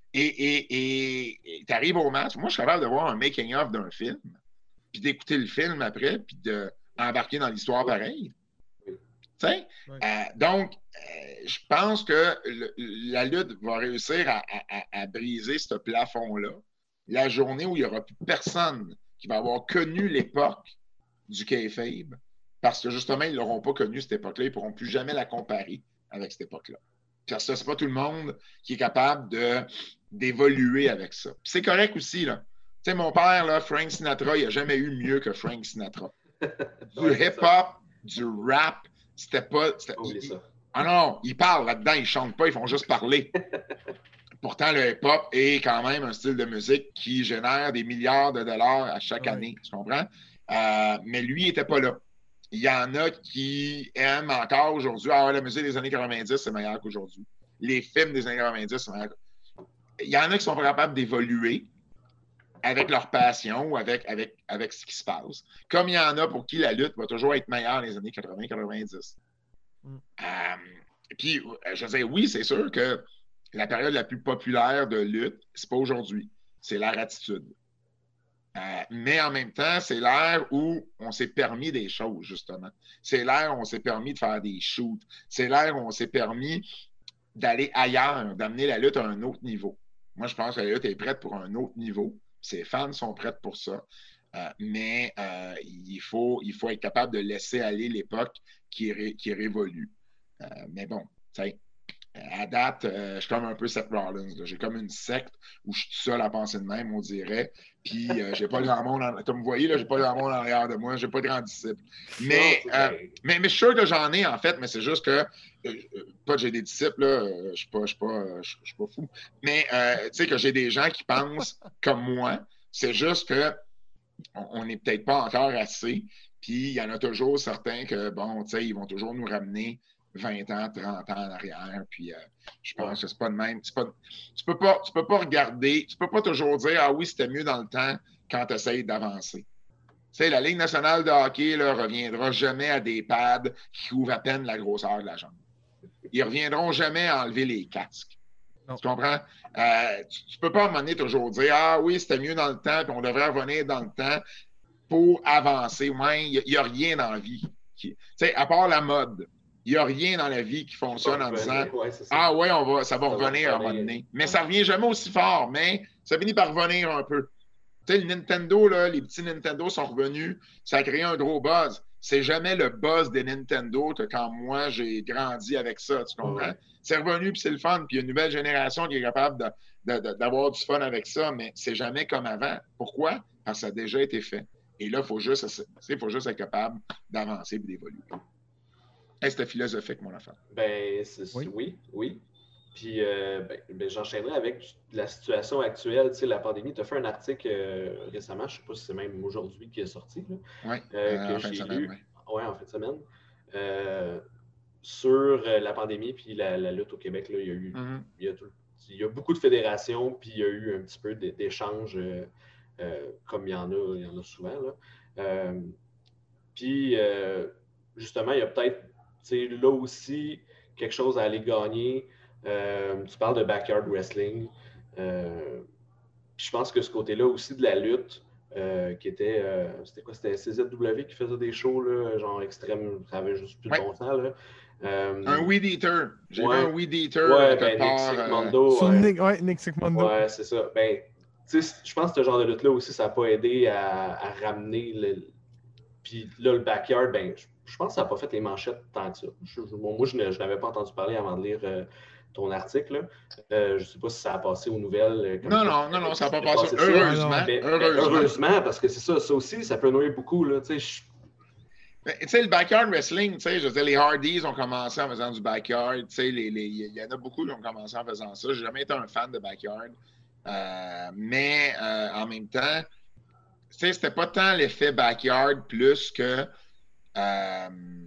Et tu arrives au match. Moi, je suis capable de voir un making-of d'un film, puis d'écouter le film après, puis d'embarquer dans l'histoire pareil. Tu sais? Oui. Euh, donc, euh, je pense que le, la lutte va réussir à, à, à briser ce plafond-là. La journée où il n'y aura plus personne qui va avoir connu l'époque du kayfabe, parce que justement, ils ne l'auront pas connu cette époque-là, ils ne pourront plus jamais la comparer avec cette époque-là. Parce que c'est pas tout le monde qui est capable de, d'évoluer avec ça. Puis c'est correct aussi, là. Tu sais, mon père, là, Frank Sinatra, il n'a jamais eu mieux que Frank Sinatra. Du hip-hop, du rap, c'était pas... C'était, il, il, ah non, ils parlent là-dedans, ils chantent pas, ils font juste parler. Pourtant, le hip-hop est quand même un style de musique qui génère des milliards de dollars à chaque ouais. année, tu comprends? Euh, mais lui, il n'était pas là. Il y en a qui aiment encore aujourd'hui. Ah, la musique des années quatre-vingt-dix, c'est meilleur qu'aujourd'hui. Les films des années quatre-vingt-dix, c'est meilleur. Il y en a qui sont pas capables d'évoluer avec leur passion ou avec, avec, avec ce qui se passe. Comme il y en a pour qui la lutte va toujours être meilleure dans les années quatre-vingts quatre-vingt-dix. Mm. Euh, puis, je veux dire, oui, c'est sûr que la période la plus populaire de lutte, c'est pas aujourd'hui. C'est l'ère attitude. Euh, mais en même temps, c'est l'ère où on s'est permis des choses, justement. C'est l'ère où on s'est permis de faire des shoots. C'est l'ère où on s'est permis d'aller ailleurs, d'amener la lutte à un autre niveau. Moi, je pense que la lutte est prête pour un autre niveau. Ses fans sont prêts pour ça. Euh, mais euh, il, faut, il faut être capable de laisser aller l'époque qui est, ré, qui est révolue. Euh, mais bon, tu sais, à date, euh, je suis comme un peu Seth Rollins. Là. J'ai comme une secte où je suis tout seul à penser de même, on dirait. Puis, euh, j'ai pas grand monde, en... comme vous voyez, là, j'ai pas grand monde en arrière de moi, j'ai pas de grand disciple. Mais, euh, mais, mais je suis sûr que j'en ai, en fait, mais c'est juste que, euh, pas que j'ai des disciples, là, euh, je suis pas, je suis pas, je suis pas fou. Mais, euh, tu sais, que j'ai des gens qui pensent comme moi, c'est juste que on n'est peut-être pas encore assez. Puis, il y en a toujours certains que, bon, tu sais, ils vont toujours nous ramener vingt ans, trente ans en arrière. Puis, euh, je pense que c'est pas de même. Pas, tu peux pas, tu peux pas regarder, tu peux pas toujours dire, ah oui, c'était mieux dans le temps quand tu essayes d'avancer. Tu sais, la Ligue nationale de hockey ne reviendra jamais à des pads qui couvrent à peine la grosseur de la jambe. Ils reviendront jamais à enlever les casques. Non. Tu comprends? Euh, tu, tu peux pas à un moment donné toujours dire, ah oui, c'était mieux dans le temps, puis on devrait revenir dans le temps pour avancer. Ouais, il n'y a, a rien dans la vie. Tu sais, à part la mode. Il n'y a rien dans la vie qui fonctionne en disant ouais, ah ouais, on va, ça va ça revenir va à un moment donné. Mais ça ne revient jamais aussi fort, mais ça finit par revenir un peu. Tu sais, le Nintendo, là, les petits Nintendo sont revenus, ça a créé un gros buzz. C'est jamais le buzz des Nintendo que quand moi j'ai grandi avec ça, tu comprends? Ouais. C'est revenu puis c'est le fun, puis il y a une nouvelle génération qui est capable de, de, de, d'avoir du fun avec ça, mais c'est jamais comme avant. Pourquoi? Parce que ça a déjà été fait. Et là, il faut juste, faut juste être capable d'avancer et d'évoluer. Hey, c'était philosophique, mon enfant. Ben, c'est, oui. oui, oui. Puis, euh, ben, ben, j'enchaînerai avec la situation actuelle. Tu sais, la pandémie, tu as fait un article euh, récemment, je ne sais pas si c'est même aujourd'hui qui est sorti. Oui, euh, euh, que en fin de semaine. Oui, ouais, en fin de semaine. Euh, sur euh, la pandémie puis la, la lutte au Québec, là, il y a eu mm-hmm. il y a tout, il y a beaucoup de fédérations, puis il y a eu un petit peu d'échanges euh, euh, comme il y en a, il y en a souvent. Là. Euh, puis, euh, justement, il y a peut-être là aussi quelque chose à aller gagner. Euh, tu parles de backyard wrestling. Euh, je pense que ce côté-là aussi de la lutte, euh, qui était, euh, c'était quoi? C'était C Z W qui faisait des shows, là, genre extrême, ça avait juste plus de ouais. bon sens. Là. Euh, un Weed Eater. J'ai ouais. vu un Weed Eater. Ouais, ben, Nick Sigmondo. Euh... Ouais. Nick, ouais, Nick Sigmondo. Ouais, c'est ça. Ben, je pense que ce genre de lutte-là aussi, ça n'a pas aidé à, à ramener le. Puis là, le backyard, ben, je, je pense que ça n'a pas fait les manchettes tant que ça. Je, je, moi, je, je n'avais pas entendu parler avant de lire euh, ton article. Euh, je ne sais pas si ça a passé aux nouvelles. Comme non, non, non, non, ça n'a pas passé. passé heureusement. Mais, heureusement. heureusement, parce que c'est ça, ça aussi, ça peut noyer beaucoup. Là, tu sais, tu sais, le backyard wrestling, tu sais, je veux dire, les Hardys ont commencé en faisant du backyard. Tu sais, il y en a beaucoup qui ont commencé en faisant ça. Je n'ai jamais été un fan de backyard. Euh, mais euh, en même temps, tu sais, c'était pas tant l'effet backyard plus que euh,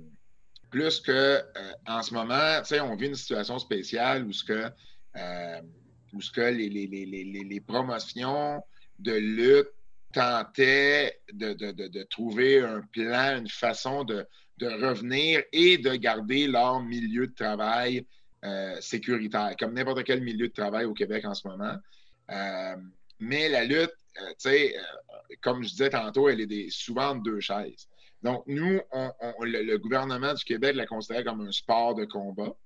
plus que euh, en ce moment, tu sais, on vit une situation spéciale où ce que euh, où ce que les, les, les, les, les promotions de lutte tentaient de, de, de, de trouver un plan, une façon de, de revenir et de garder leur milieu de travail euh, sécuritaire, comme n'importe quel milieu de travail au Québec en ce moment. Euh, mais la lutte, euh, tu sais, euh, comme je disais tantôt, elle est des, souvent de deux chaises. Donc, nous, on, on, le, le gouvernement du Québec la considère comme un sport de combat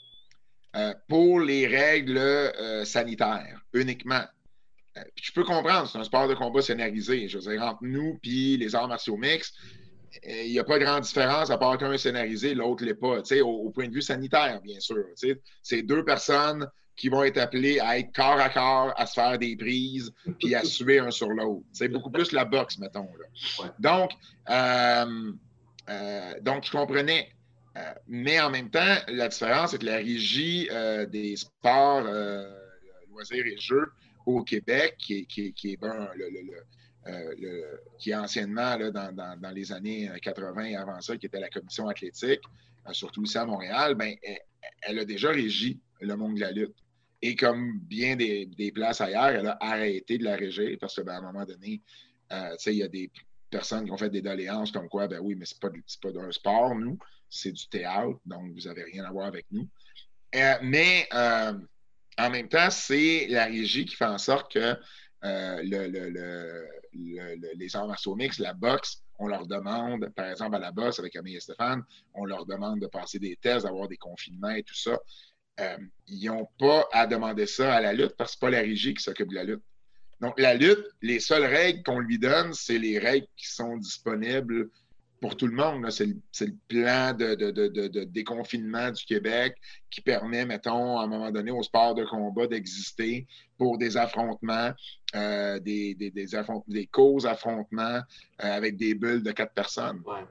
euh, pour les règles euh, sanitaires uniquement. Euh, puis je peux comprendre, c'est un sport de combat scénarisé. Je veux dire, entre nous et les arts martiaux mixtes, il n'y a pas grande différence à part qu'un est scénarisé, l'autre ne l'est pas. Tu sais, au, au point de vue sanitaire, bien sûr. Tu sais, c'est deux personnes qui vont être appelés à être corps à corps, à se faire des prises, puis à suer un sur l'autre. C'est beaucoup plus la boxe, mettons. Là. Ouais. Donc, euh, euh, donc, je comprenais. Euh, mais en même temps, la différence, c'est que la régie euh, des sports, euh, loisirs et jeux au Québec, qui est, qui est, qui est, ben, le, le, le, euh, le, qui est anciennement là, dans, dans, dans les années quatre-vingts et avant ça, qui était la commission athlétique, euh, surtout ici à Montréal, ben, elle, elle a déjà régi le monde de la lutte. Et comme bien des, des places ailleurs, elle a arrêté de la régir parce que, ben, à un moment donné, euh, il y a des personnes qui ont fait des doléances comme quoi, ben oui, mais c'est pas, c'est pas d'un sport, nous, c'est du théâtre, donc vous n'avez rien à voir avec nous. Euh, mais euh, en même temps, c'est la régie qui fait en sorte que euh, le, le, le, le, les arts martiaux mixtes, la boxe, on leur demande, par exemple à la boxe avec Camille et Stéphane, on leur demande de passer des tests, d'avoir des confinements et tout ça. euh, ils n'ont pas à demander ça à la lutte parce que c'est pas la régie qui s'occupe de la lutte. Donc, la lutte, les seules règles qu'on lui donne, c'est les règles qui sont disponibles pour tout le monde. Là. C'est, le, c'est le plan de, de, de, de, de déconfinement du Québec qui permet, mettons, à un moment donné, au sport de combat d'exister pour des affrontements, euh, des, des, des, affront- des causes affrontements euh, avec des bulles de quatre personnes. Ouais.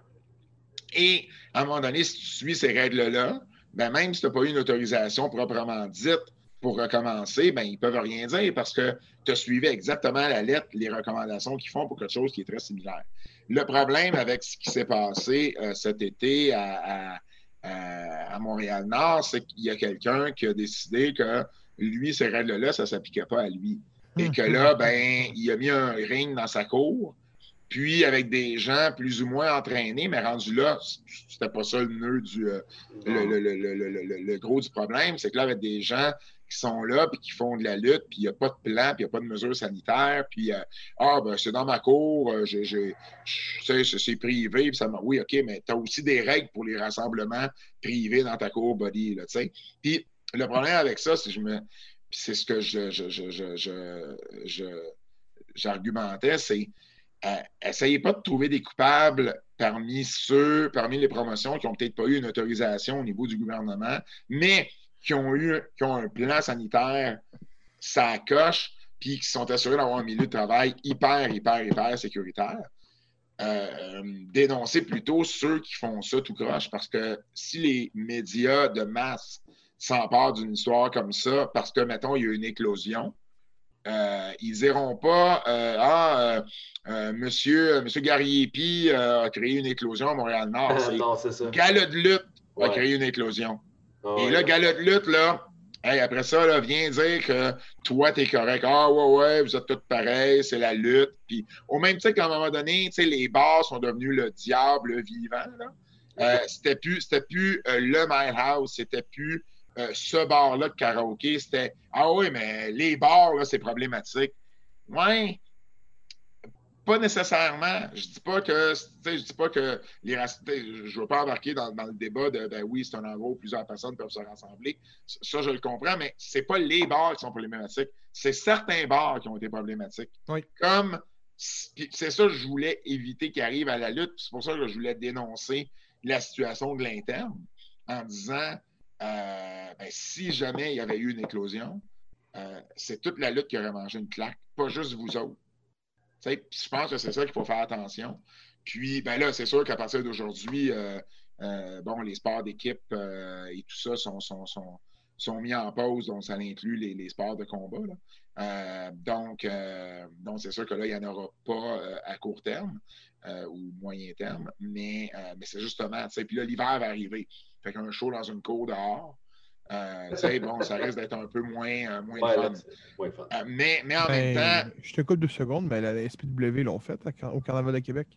Et à un moment donné, si tu suis ces règles-là, ben même si tu n'as pas eu une autorisation proprement dite pour recommencer, ben ils ne peuvent rien dire parce que tu as suivi exactement à la lettre les recommandations qu'ils font pour quelque chose qui est très similaire. Le problème avec ce qui s'est passé euh, cet été à, à, à Montréal-Nord, c'est qu'il y a quelqu'un qui a décidé que lui, ces règles-là, ça ne s'appliquait pas à lui. Et que là, ben, il a mis un ring dans sa cour, puis avec des gens plus ou moins entraînés, mais rendu là, c'était pas ça le nœud du... Euh, le, le, le, le, le, le, le gros du problème, c'est que là, avec des gens qui sont là, puis qui font de la lutte, puis il n'y a pas de plan, puis il n'y a pas de mesures sanitaires, puis euh, ah, ben c'est dans ma cour, euh, j'ai, j'ai, c'est, c'est privé, puis ça m'a... Oui, OK, mais tu as aussi des règles pour les rassemblements privés dans ta cour, buddy, là, tu sais. Puis le problème avec ça, c'est que je me... Puis c'est ce que je, je, je, je, je, je, j'argumentais, c'est euh, essayez pas de trouver des coupables parmi ceux, parmi les promotions qui n'ont peut-être pas eu une autorisation au niveau du gouvernement, mais qui ont eu qui ont un plan sanitaire, ça coche, puis qui sont assurés d'avoir un milieu de travail hyper, hyper, hyper sécuritaire. Euh, dénoncer plutôt ceux qui font ça tout croche, parce que si les médias de masse s'emparent d'une histoire comme ça, parce que, mettons, il y a une éclosion, euh, ils diront pas euh, Ah, euh, euh, monsieur, monsieur Garriépi euh, a créé une éclosion à Montréal-Nord. C'est, non, c'est ça. Gala de lutte Ouais. a créé une éclosion. Oh, Et ouais. là, Gala de lutte, là, hey, après ça, là, viens dire que toi, t'es correct. Ah, ouais, ouais, vous êtes tous pareils, c'est la lutte. Puis, au même titre qu'à un moment donné, les bars sont devenus le diable vivant. Là. Euh, c'était plus, c'était plus euh, le Madhouse, c'était plus euh, ce bar-là de karaoké. C'était ah oui, mais les bars, là, c'est problématique. Ouais. Pas nécessairement. Je dis pas que je dis pas que les je ne veux pas embarquer dans, dans le débat de ben oui, c'est un endroit où plusieurs personnes peuvent se rassembler. Ça, je le comprends, mais c'est pas les bars qui sont problématiques. C'est certains bars qui ont été problématiques. Oui. Comme c'est ça que je voulais éviter qu'il arrive à la lutte. C'est pour ça que je voulais dénoncer la situation de l'interne en disant euh, ben, si jamais il y avait eu une éclosion, euh, c'est toute la lutte qui aurait mangé une claque, pas juste vous autres. T'sais, je pense que c'est ça qu'il faut faire attention. Puis, ben là, c'est sûr qu'à partir d'aujourd'hui, euh, euh, bon, les sports d'équipe euh, et tout ça sont, sont, sont, sont mis en pause, donc ça inclut les, les sports de combat. Là. Euh, donc, euh, donc, c'est sûr que là, il n'y en aura pas euh, à court terme euh, ou moyen terme, mais, euh, mais c'est justement, tu sais, puis là, l'hiver va arriver. Fait qu'un show dans une cour dehors, euh, tu sais, bon, ça risque d'être un peu moins, euh, moins Ouais, fun. là, c'est moins fun. Euh, mais, mais en Ben, même temps, je te coupe deux secondes, mais la S P W l'ont fait à- au Carnaval de Québec.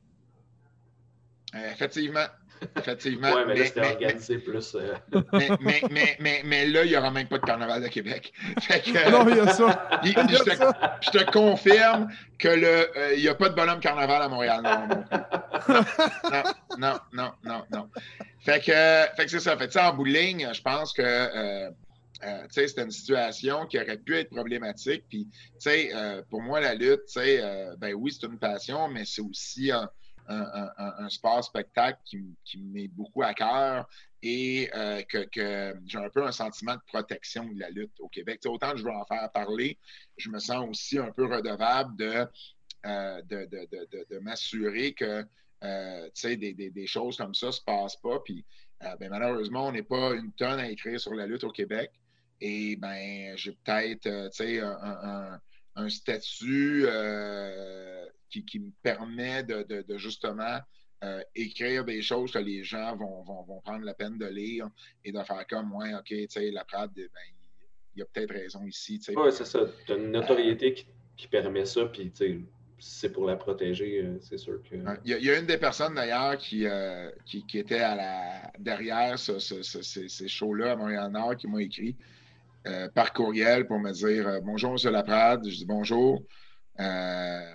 euh, effectivement, effectivement. Ouais, mais, là, mais, c'était mais, organisé plus. euh, mais, mais, mais, mais, mais là, il n'y aura même pas de Carnaval de Québec. Fait que, Non, il y a ça. puis, Il y je, a ça. te, je te confirme que le, euh, il n'y a pas de bonhomme Carnaval à Montréal. Non, non, non, non, non, non, non. Fait que, fait que c'est ça. Fait que, en bout de ligne, je pense que euh, euh, c'était une situation qui aurait pu être problématique. Puis, euh, pour moi, la lutte, euh, ben oui, c'est une passion, mais c'est aussi un, un, un, un sport spectacle qui, qui me met beaucoup à cœur et euh, que, que j'ai un peu un sentiment de protection de la lutte au Québec. T'sais, autant que je veux en faire parler, je me sens aussi un peu redevable de, euh, de, de, de, de, de m'assurer que euh, des, des, des choses comme ça ne se passent pas. Puis, euh, ben, malheureusement, on n'est pas une tonne à écrire sur la lutte au Québec. Et ben, j'ai peut-être euh, un, un, un statut euh, qui, qui me permet de, de, de justement euh, écrire des choses que les gens vont, vont, vont prendre la peine de lire et de faire comme moi, OK, tu sais, la Prade, ben, il y a peut-être raison ici. Oui, pour, c'est ça. Tu as une notoriété euh, qui, qui permet ça, puis tu sais, c'est pour la protéger, c'est sûr que... Il y, y a une des personnes, d'ailleurs, qui, euh, qui, qui était à la, derrière ce, ce, ce, ces, ces shows-là à Montréal-Nord, qui m'a écrit euh, par courriel pour me dire euh, « Bonjour, M. Laprade. » Je dis « Bonjour. Euh,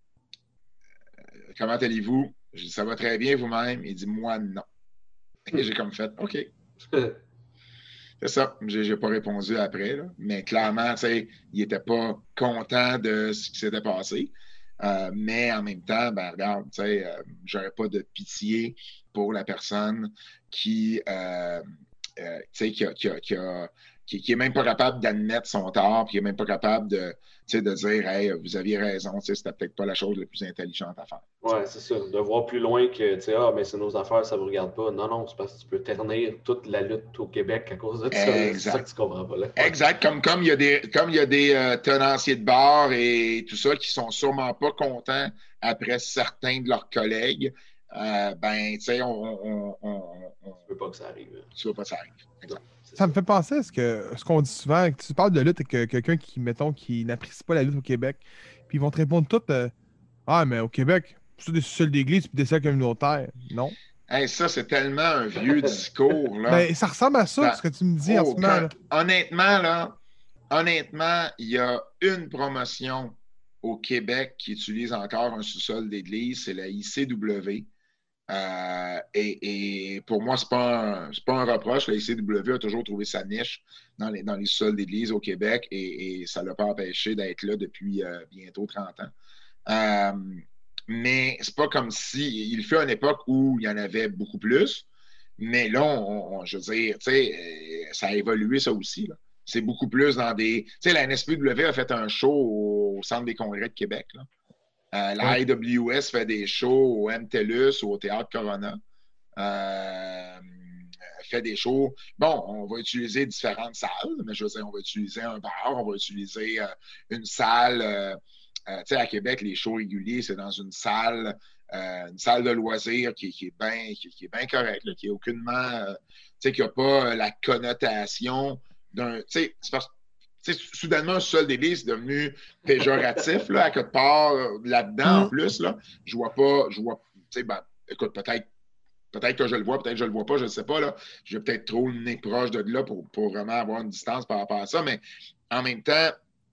comment allez-vous? » Je dis « Ça va très bien vous-même. » Il dit « Moi, non. » Et j'ai comme fait « OK. » Fait C'est ça. J'ai, j'ai pas répondu après, là. Mais clairement, tu sais, il était pas content de ce qui s'était passé. Euh, mais en même temps, ben regarde, tu sais, euh, j'aurais pas de pitié pour la personne qui, euh, euh, tu sais, qui a, qui a, qui a Qui, qui est même pas capable d'admettre son tort, puis qui est même pas capable de, de dire hey, vous aviez raison, c'était peut-être pas la chose la plus intelligente à faire. Oui, c'est ça. De voir plus loin que, tu sais, ah, mais c'est nos affaires, ça vous regarde pas. Non, non, c'est parce que tu peux ternir toute la lutte au Québec à cause de ça. Exact. C'est ça que tu comprends pas là. Exact. Comme, comme il y a des, comme il y a des euh, tenanciers de bar et tout ça qui sont sûrement pas contents après certains de leurs collègues, euh, ben, tu sais, on, on, on, on. Tu veux pas que ça arrive. Tu veux pas que ça arrive. Exact. Ça me fait penser à ce que ce qu'on dit souvent, que tu parles de lutte avec quelqu'un qui, mettons, qui n'apprécie pas la lutte au Québec, puis ils vont te répondre tout euh, ah, mais au Québec, c'est des sous-sols d'église puis des salles communautaires. Non. Hey, ça, c'est tellement un vieux discours. Là. Ben, ça ressemble à ça, ça, ce que tu me dis oh, en ce moment. Là. Honnêtement, là, honnêtement, il y a une promotion au Québec qui utilise encore un sous-sol d'église, c'est la I C W. Euh, et, et pour moi, ce n'est pas, pas un reproche. La I C W a toujours trouvé sa niche dans les, dans les sols d'église au Québec et, et ça ne l'a pas empêché d'être là depuis euh, bientôt trente ans. Euh, mais c'est pas comme si... Il fut une époque où il y en avait beaucoup plus, mais là, on, on, je veux dire, tu sais, ça a évolué ça aussi. Là. C'est beaucoup plus dans des... Tu sais, la N S P W a fait un show au Centre des congrès de Québec, là. Euh, la I W S fait des shows au M T L U S ou au Théâtre Corona. Euh, fait des shows. Bon, on va utiliser différentes salles, mais je veux dire, on va utiliser un bar, on va utiliser euh, une salle. Euh, euh, tu sais, à Québec, les shows réguliers, c'est dans une salle, euh, une salle de loisirs qui, qui est bien qui, qui est bien correcte, là, qui est aucunement, euh, tu sais, qui n'a pas la connotation d'un. Tu sais, c'est parce T'sais, soudainement, un sol d'église est devenu péjoratif, là, à quelque part, là-dedans, en plus, là. Je vois pas, je vois, tu sais, ben, écoute, peut-être, peut-être que je le vois, peut-être que je le vois pas, je ne sais pas, là. J'ai peut-être trop le nez proche de là pour, pour vraiment avoir une distance par rapport à ça, mais en même temps,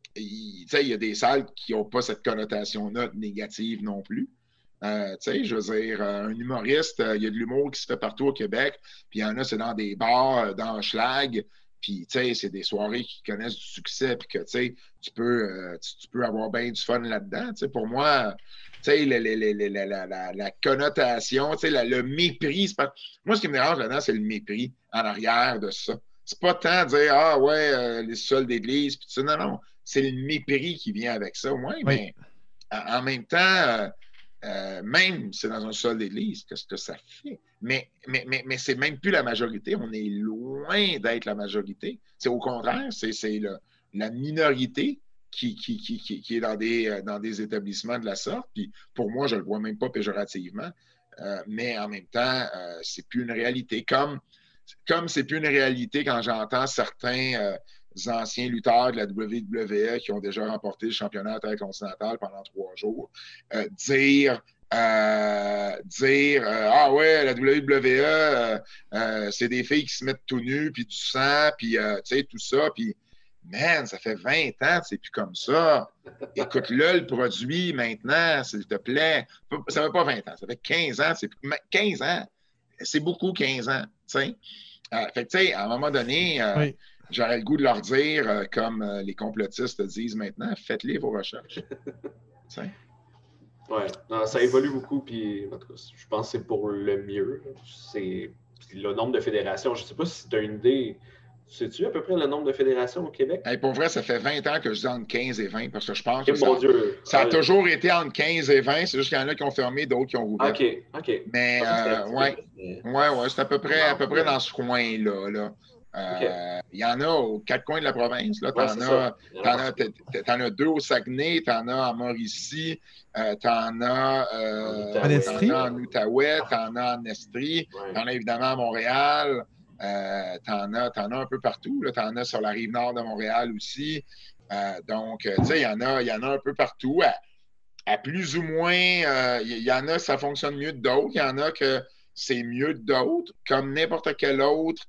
il, il y a des salles qui n'ont pas cette connotation-là négative non plus. Euh, tu sais, je veux dire, un humoriste, il y a de l'humour qui se fait partout au Québec, puis il y en a, c'est dans des bars, dans Schlag. Puis, tu sais, c'est des soirées qui connaissent du succès, puis que, tu sais, tu peux, euh, tu, tu peux avoir bien du fun là-dedans. Tu sais, pour moi, tu sais, la, la, la, la, la, la connotation, tu sais, le mépris. C'est pas... Moi, ce qui me dérange là-dedans, c'est le mépris en arrière de ça. C'est pas tant de dire, ah ouais, euh, les sols d'église, puis tout ça. Non, non, c'est le mépris qui vient avec ça, au moins. Oui. Mais en même temps, euh, euh, même si c'est dans un sol d'église, qu'est-ce que ça fait? Mais, mais, mais, mais c'est même plus la majorité. On est loin d'être la majorité. C'est au contraire, c'est, c'est le, la minorité qui, qui, qui, qui, qui est dans des, dans des établissements de la sorte. Puis pour moi, je ne le vois même pas péjorativement. Euh, mais en même temps, euh, c'est plus une réalité. Comme, comme c'est plus une réalité quand j'entends certains euh, anciens lutteurs de la W W E qui ont déjà remporté le championnat intercontinental pendant trois jours euh, dire... Euh, dire euh, ah ouais, la W W E, euh, euh, c'est des filles qui se mettent tout nues, puis du sang, puis euh, tu sais, tout ça, puis man, ça fait vingt ans, c'est plus comme ça. Écoute-le, le produit, maintenant, s'il te plaît. Ça fait pas vingt ans, ça fait quinze ans, c'est quinze ans. C'est beaucoup, quinze ans, tu sais. Euh, fait que, tu sais, à un moment donné, euh, oui. J'aurais le goût de leur dire, euh, comme euh, les complotistes disent maintenant, faites-les vos recherches. Tu sais. Oui, ça évolue beaucoup, puis en tout cas, je pense que c'est pour le mieux. C'est le nombre de fédérations. Je ne sais pas si tu as une idée. Sais-tu à peu près le nombre de fédérations au Québec? Hey, pour vrai, ça fait vingt ans que je dis entre quinze et vingt, parce que je pense que ça, Dieu. ça a ouais. toujours été entre quinze et vingt. C'est juste qu'il y en a qui ont fermé, d'autres qui ont rouvert. OK, OK. Mais, euh, ouais, mais... ouais, ouais, c'est à peu près, à peu près dans ce coin-là, là. Euh, okay. Il y en a aux quatre coins de la province. Là. T'en, ouais, as, t'en, as, t'en as deux au Saguenay, t'en as à Mauricie, euh, t'en as euh, en, t'en as en Outaouais, t'en as en Estrie, ouais. T'en as évidemment à Montréal, euh, t'en, as, t'en as un peu partout. Là. T'en as sur la rive nord de Montréal aussi. Euh, donc, tu sais, il y en a, il y en a un peu partout. À, à plus ou moins, il euh, y en a, ça fonctionne mieux que d'autres. Il y en a que c'est mieux que d'autres, comme n'importe quel autre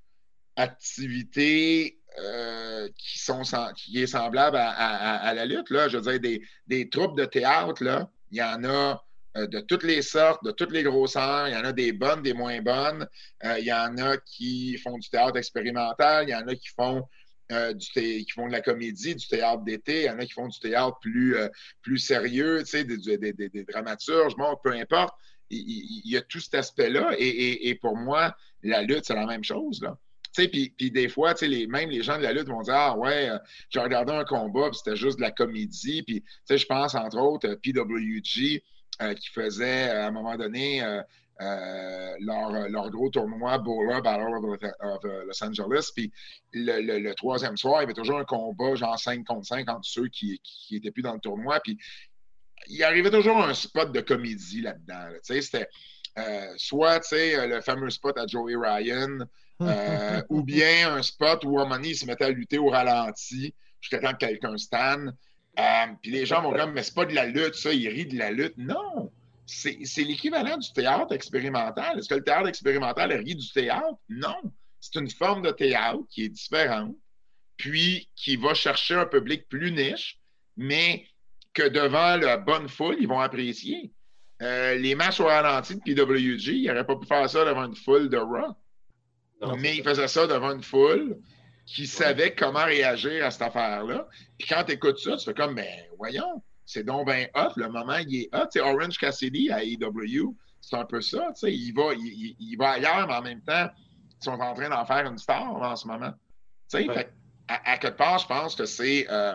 activités euh, qui sont qui est semblable à, à, à la lutte. Là. Je veux dire, des, des troupes de théâtre, là, il y en a euh, de toutes les sortes, de toutes les grosseurs. Il y en a des bonnes, des moins bonnes. Euh, il y en a qui font du théâtre expérimental. Il y en a qui font, euh, du thé- qui font de la comédie, du théâtre d'été. Il y en a qui font du théâtre plus, euh, plus sérieux, tu sais, des, des, des, des dramaturges. Bon, peu importe. Il, il, il y a tout cet aspect-là. Et, et, et pour moi, la lutte, c'est la même chose, là. Tu sais, puis, puis des fois, tu sais, les, même les gens de la lutte vont dire « Ah ouais, euh, j'ai regardé un combat, puis c'était juste de la comédie. » Puis, tu sais, je pense, entre autres, euh, P W G, euh, qui faisait, euh, à un moment donné, euh, euh, leur, leur gros tournoi Bola Battle of, of uh, Los Angeles. Puis, le, le, le troisième soir, il y avait toujours un combat, genre cinq contre cinq, entre ceux qui qui étaient plus dans le tournoi. Puis, il arrivait toujours un spot de comédie là-dedans. Là. Tu sais, c'était euh, soit, tu sais, le fameux spot à Joey Ryan, Euh, ou bien un spot où à un moment donné, il se mettait à lutter au ralenti jusqu'à temps que quelqu'un stanne. Euh, puis les gens vont comme, mais c'est pas de la lutte, ça, il rit de la lutte. Non! C'est, c'est l'équivalent du théâtre expérimental. Est-ce que le théâtre expérimental rit du théâtre? Non! C'est une forme de théâtre qui est différente, puis qui va chercher un public plus niche, mais que devant la bonne foule, ils vont apprécier. Euh, les matchs au ralenti de P W G, ils n'auraient pas pu faire ça devant une foule de Raw. Non, mais il faisait ça devant une foule qui savait ouais. comment réagir à cette affaire-là. Puis quand tu écoutes ça, tu fais comme, ben voyons, c'est donc bien hot, le moment il est hot. T'sais, Orange Cassidy à A E W, c'est un peu ça. Il va, il, il va ailleurs, mais en même temps, ils sont en train d'en faire une star en ce moment. Ouais. Fait, à, à quelque part, je pense que c'est... Euh,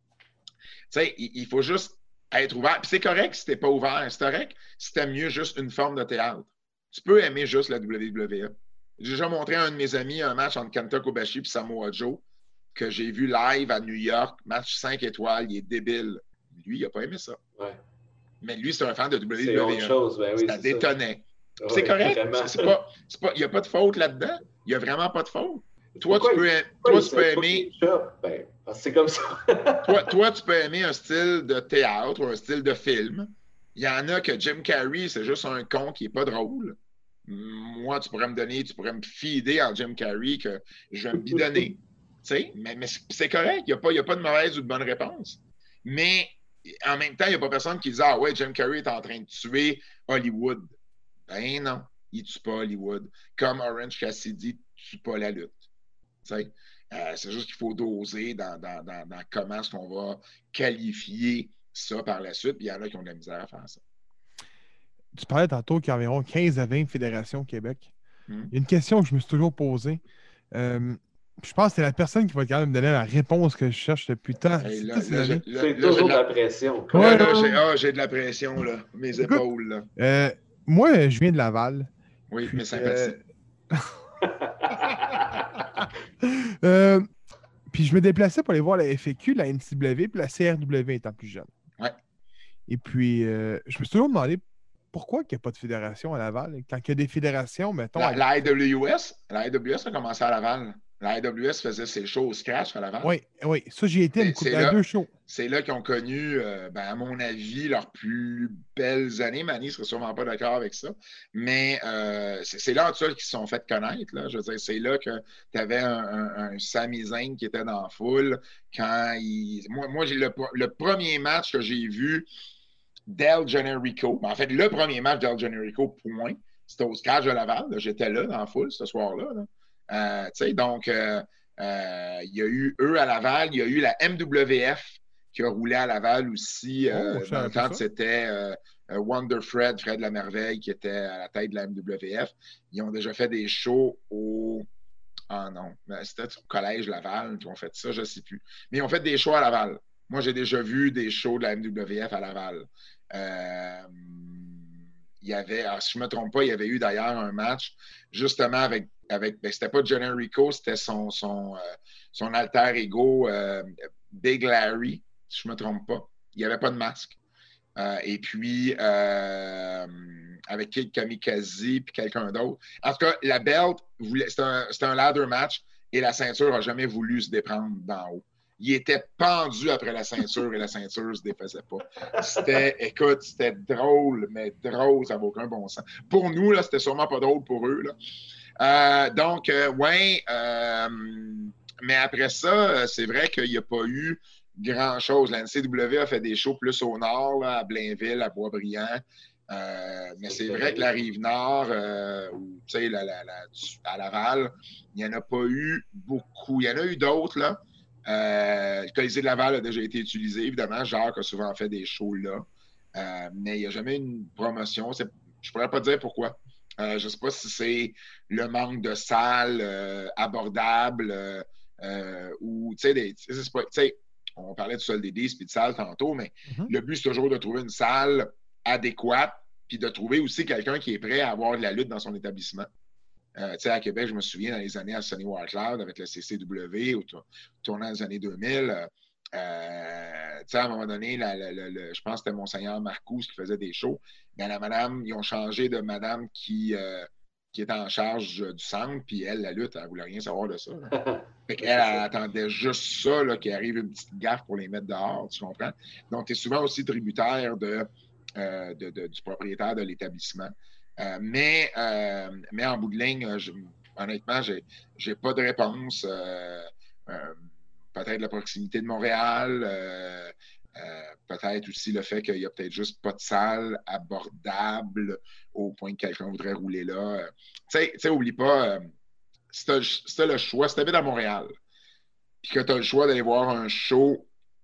il, il faut juste être ouvert. Puis c'est correct si t'es pas ouvert. C'est correct si t'aimes mieux juste une forme de théâtre. Tu peux aimer juste la W W E. J'ai déjà montré à un de mes amis un match entre Kenta Kobashi et Samoa Joe que j'ai vu live à New York, match cinq étoiles, il est débile. Lui, il n'a pas aimé ça. Ouais. Mais lui, c'est un fan de W W E. C'est autre chose, ben oui, ça détonnait. Ouais, c'est correct. C'est pas, c'est pas, il n'y a pas de faute là-dedans. Il n'y a vraiment pas de faute. Toi, pourquoi tu peux, il, toi, tu peux aimer... Ben, c'est comme ça. toi, toi, tu peux aimer un style de théâtre ou un style de film. Il y en a que Jim Carrey, c'est juste un con qui n'est pas drôle. Moi, tu pourrais me donner, tu pourrais me fider en Jim Carrey que je vais me bidonner. mais, mais c'est correct, il n'y a, a pas de mauvaise ou de bonne réponse. Mais en même temps, il n'y a pas personne qui dit « Ah ouais, Jim Carrey est en train de tuer Hollywood. » Ben non, il ne tue pas Hollywood. Comme Orange Cassidy ne tue pas la lutte. Euh, c'est juste qu'il faut doser dans, dans, dans, dans comment est-ce qu'on va qualifier ça par la suite. Puis il y en a qui ont de la misère à faire ça. Tu parlais tantôt qu'il y a environ quinze à vingt fédérations au Québec. Hmm. Il y a une question que je me suis toujours posée. Euh, je pense que c'est la personne qui va quand même me donner la réponse que je cherche depuis tant. Hey, là, là, là, là, c'est toujours de la pression. Ouais, là, j'ai, oh, j'ai de la pression, là. Mes Écoute, épaules, là. Euh, moi, je viens de Laval. Oui, puis, mais sympathie. Euh... euh, puis je me déplaçais pour aller voir la F A Q, la N C W puis la C R W étant plus jeune. Ouais. Et puis, euh, je me suis toujours demandé pourquoi il n'y a pas de fédération à Laval? Quand il y a des fédérations, mettons... La, à... la I W S, la I W S a commencé à Laval. La I W S faisait ses shows au scratch à Laval. Oui, oui. Ça, j'y étais une couple à deux shows. C'est là qu'ils ont connu, euh, ben, à mon avis, leurs plus belles années. Manny ne serait sûrement pas d'accord avec ça. Mais euh, c'est, c'est là, en tout cas, qu'ils se sont fait connaître. Là. Je veux dire, c'est là que tu avais un, un, un Sami Zayn qui était dans la foule. Quand il... Moi, moi j'ai le, le premier match que j'ai vu d'El Generico. En fait, le premier match d'El Generico, point. C'était au Scratch de Laval. Là. J'étais là, dans la foule, ce soir-là. Là. Euh, tu sais, donc, euh, euh, il y a eu eux à Laval. Il y a eu la M W F qui a roulé à Laval aussi. Euh, oh, dans le temps, c'était euh, Wonder Fred, Fred la Merveille, qui était à la tête de la M W F. Ils ont déjà fait des shows au... Ah non, c'était au Collège Laval qui ont fait ça, je ne sais plus. Mais ils ont fait des shows à Laval. Moi, j'ai déjà vu des shows de la M W F à Laval. Euh, il y avait, alors, si je ne me trompe pas, il y avait eu d'ailleurs un match justement avec, avec ben, c'était pas Generico, c'était son, son, euh, son alter ego euh, Big Larry, si je ne me trompe pas. Il n'y avait pas de masque. Euh, et puis, euh, avec Kid Kamikaze puis quelqu'un d'autre. En tout cas, la belt, c'était un, c'était un ladder match et la ceinture n'a jamais voulu se déprendre d'en haut. Il était pendu après la ceinture et la ceinture ne se défaisait pas. C'était, écoute, c'était drôle, mais drôle, ça n'a aucun bon sens. Pour nous, là, c'était sûrement pas drôle pour eux. Là. Euh, donc, euh, ouais, euh, mais après ça, c'est vrai qu'il n'y a pas eu grand-chose. La N C W a fait des shows plus au nord, là, à Blainville, à Boisbriand. Euh, mais c'est vrai que la Rive-Nord, euh, ou tu sais, la, la, la, à Laval, il n'y en a pas eu beaucoup. Il y en a eu d'autres, là. Euh, le Colisée de Laval a déjà été utilisé, évidemment. Jacques a souvent fait des shows là. Euh, mais il n'y a jamais eu une promotion. C'est, je ne pourrais pas dire pourquoi. Euh, je ne sais pas si c'est le manque de salles euh, abordables euh, euh, ou, tu sais, on parlait du Sol des dix puis de salles tantôt, mais mm-hmm. le but, c'est toujours de trouver une salle adéquate puis de trouver aussi quelqu'un qui est prêt à avoir de la lutte dans son établissement. Euh, tu sais, à Québec, je me souviens dans les années à Sonny Warcloud avec le C C W, au tour, tournant des années deux mille, euh, tu sais, à un moment donné, la, la, la, la, je pense que c'était Monseigneur Marcoux qui faisait des shows, mais la madame, ils ont changé de madame qui, euh, qui était en charge du centre, puis elle, la lutte, elle ne voulait rien savoir de ça. Fait qu'elle, elle attendait juste ça, là, qu'il arrive une petite gaffe pour les mettre dehors, tu comprends? Donc, tu es souvent aussi tributaire de, euh, de, de, du propriétaire de l'établissement. Euh, mais, euh, mais en bout de ligne, je, honnêtement, j'ai, j'ai pas de réponse. Euh, euh, peut-être la proximité de Montréal, euh, euh, peut-être aussi le fait qu'il n'y a peut-être juste pas de salle abordable au point que quelqu'un voudrait rouler là. Tu sais, oublie pas, euh, si tu as le choix, si tu habites à Montréal, puis que tu as le choix d'aller voir un show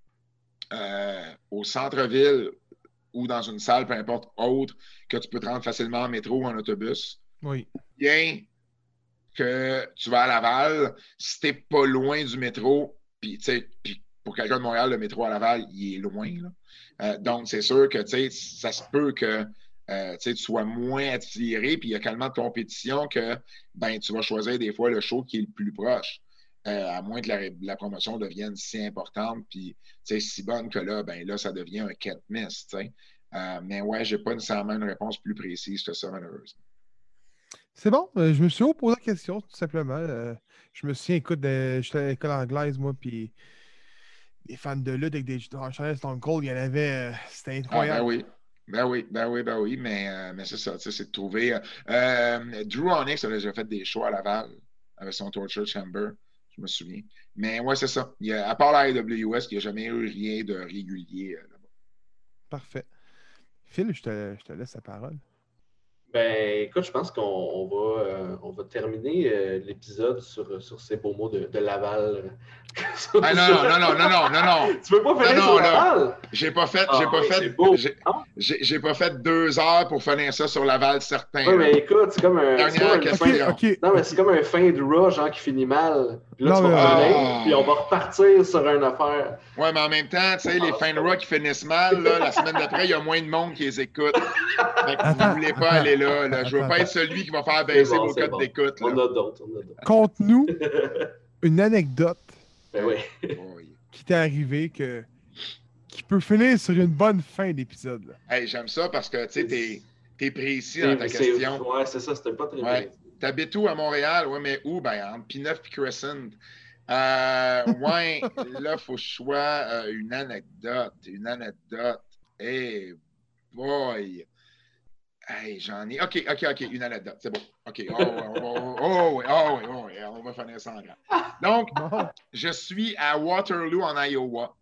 euh, au centre-ville ou dans une salle, peu importe, autre, que tu peux te rendre facilement en métro ou en autobus. Oui. Bien que tu vas à Laval, si tu n'es pas loin du métro, puis pour quelqu'un de Montréal, le métro à Laval, il est loin. Là. Euh, donc, c'est sûr que ça se peut que euh, tu sois moins attiré, puis il y a tellement de compétition que ben, tu vas choisir des fois le show qui est le plus proche. Euh, à moins que la, la promotion devienne si importante puis si bonne que là, ben là, ça devient un can't miss. Euh, mais ouais, j'ai pas nécessairement une réponse plus précise que ça, malheureusement. C'est bon. Euh, je me suis posé la question, tout simplement. Euh, je me souviens, écoute, de, j'étais à l'école anglaise, moi, puis des fans de lutte avec des chandails Stone Cold, il y en avait, euh, c'était incroyable. Ah, ben oui. Ben oui, ben oui, ben oui, mais, euh, mais c'est ça, c'est de trouver. Euh, euh, Drew Onyx a déjà fait des shows à Laval avec son Torture Chamber. Je me souviens. Mais ouais, c'est ça. Il y a, à part la A E W S, il n'y a jamais eu rien de régulier euh, là-bas. Parfait. Phil, je te, je te laisse la parole. Ben, écoute, je pense qu'on on va, euh, on va terminer euh, l'épisode sur, sur ces beaux mots de, de Laval. Ah non, non, non, non, non, non, non. Tu veux pas finir non, sur non, Laval? J'ai pas fait, ah, j'ai pas oui, fait, j'ai, j'ai, j'ai pas fait deux heures pour finir ça sur Laval, certain. Oui, mais écoute, c'est comme un. Dernière comme question. Fin, okay. Non, mais c'est comme un fin de Raw, genre qui finit mal. Puis là, non, tu vas mais... finir, ah. puis on va repartir sur une affaire. Ouais, mais en même temps, tu sais, les fins de Raw qui finissent mal, là, la semaine d'après, il y a moins de monde qui les écoute. Fait que vous ne voulez pas attends, aller là. là. Je veux attends, pas être celui qui va faire baisser bon, vos codes bon. d'écoute. Là. On a d'autres. On a d'autres. Conte-nous une anecdote ben oui. qui t'est arrivée que, qui peut finir sur une bonne fin d'épisode. Là. Hey, j'aime ça parce que tu es, es précis dans ta question. Ouais, c'est ça, c'était pas très ouais. bien. T'habites où à Montréal? Oui, mais où? Ben, entre P neuf et Crescent. Euh, ouais, là, il faut que je sois euh, une anecdote. Une anecdote. Hey, boy! Hey, j'en ai. OK, OK, OK, une anecdote. C'est bon. OK. Oh, oh, oh, oh, oui, oh, oui, oh, oui, on va finir ça en grand. Donc, je suis à Waterloo, en Iowa,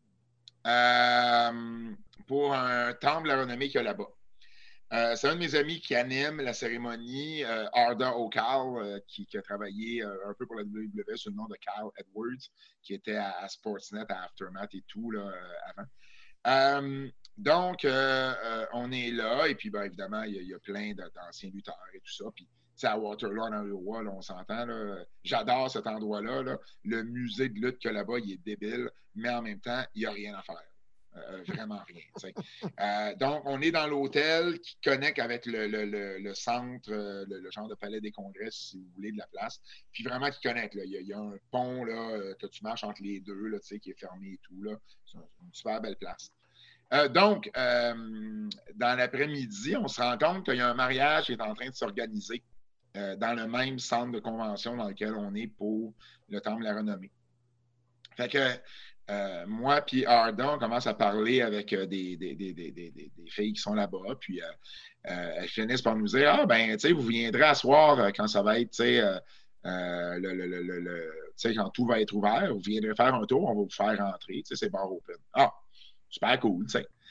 euh, pour un temple de la renommée qu'il y a là-bas. Euh, c'est un de mes amis qui anime la cérémonie, euh, Arda O'Cal, euh, qui, qui a travaillé euh, un peu pour la W W E sous le nom de Kyle Edwards, qui était à, à Sportsnet, à Aftermath et tout, là, euh, avant. Euh, donc, euh, euh, on est là, et puis, ben, évidemment, il y, y a plein de, d'anciens lutteurs et tout ça. Puis, tu sais, à Waterloo, en Iowa, là, on s'entend, là, j'adore cet endroit-là. Là. Le musée de lutte qu'il y a là-bas, il est débile, mais en même temps, il n'y a rien à faire. Euh, vraiment rien. Euh, donc, on est dans l'hôtel qui connecte avec le, le, le, le centre, le, le genre de palais des congrès, si vous voulez, de la place. Puis vraiment qui connecte. Là. Il, y a, il y a un pont là, que tu marches entre les deux, là, qui est fermé et tout. Là. C'est une super belle place. Euh, donc, euh, dans l'après-midi, on se rend compte qu'il y a un mariage qui est en train de s'organiser euh, dans le même centre de convention dans lequel on est pour le Temple de la Renommée. Fait que Euh, moi puis Arda, on commence à parler avec euh, des, des, des, des, des, des filles qui sont là-bas, puis euh, euh, elles finissent par nous dire « Ah, ben, tu sais, vous viendrez à soir euh, quand ça va être, tu sais, euh, euh, le, le, le, le, quand tout va être ouvert, vous viendrez faire un tour, on va vous faire rentrer, tu sais, c'est bar open. » Ah, super cool, tu sais.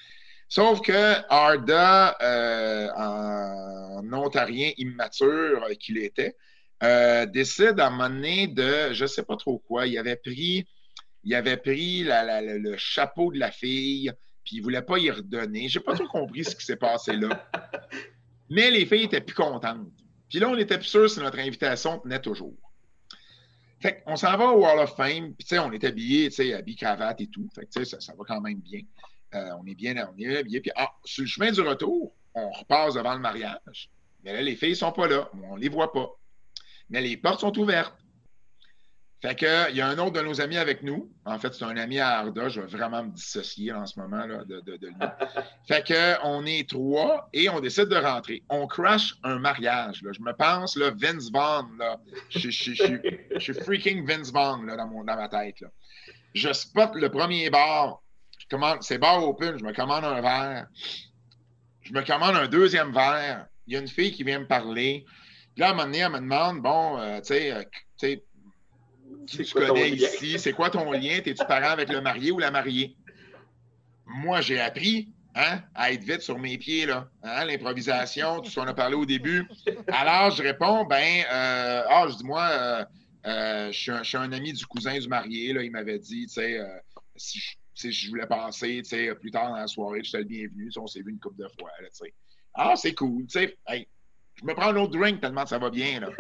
Sauf que Arda, euh, en ontarien immature qu'il était, euh, décide à un moment donné de, je ne sais pas trop quoi, il avait pris, il avait pris la, la, la, le chapeau de la fille, puis il ne voulait pas y redonner. Je n'ai pas trop compris ce qui s'est passé là. Mais les filles étaient plus contentes. Puis là, on était plus sûr si notre invitation tenait toujours. Fait qu'on s'en va au Hall of Fame, puis tu sais, on est habillés, tu sais, habillés, cravate et tout. Fait que tu sais, ça, ça va quand même bien. Euh, on est bien, on est habillés. Puis ah, sur le chemin du retour, on repasse devant le mariage. Mais là, les filles ne sont pas là. On ne les voit pas. Mais les portes sont ouvertes. Fait que, il y a un autre de nos amis avec nous. En fait, c'est un ami à Arda. Je vais vraiment me dissocier en ce moment là, de, de, de lui. Fait que, on est trois et on décide de rentrer. On crash un mariage. Là. Je me pense, là, Vince Vaughn. Là. Je, je, je, je, je suis freaking Vince Vaughn là, dans, mon, dans ma tête. Là. Je spot le premier bar. Je commande, c'est bar open. Je me commande un verre. Je me commande un deuxième verre. Il y a une fille qui vient me parler. Puis là, à un moment donné, elle me demande, bon, euh, tu sais, euh, tu sais, qui tu connais ici? C'est quoi ton lien? T'es-tu parent avec le marié ou la mariée? Moi, j'ai appris hein, à être vite sur mes pieds, là. Hein, l'improvisation, tout ce qu'on a parlé au début. Alors, je réponds, ben, euh, ah, je dis, moi, euh, euh, je, suis un, je suis un ami du cousin du marié, là. Il m'avait dit, tu sais, euh, si, si je voulais passer, tu sais, plus tard dans la soirée, j'étais le bienvenu. On s'est vu une couple de fois, là, tu sais. Ah, c'est cool, tu sais. Hey, je me prends un autre drink tellement que ça va bien, là.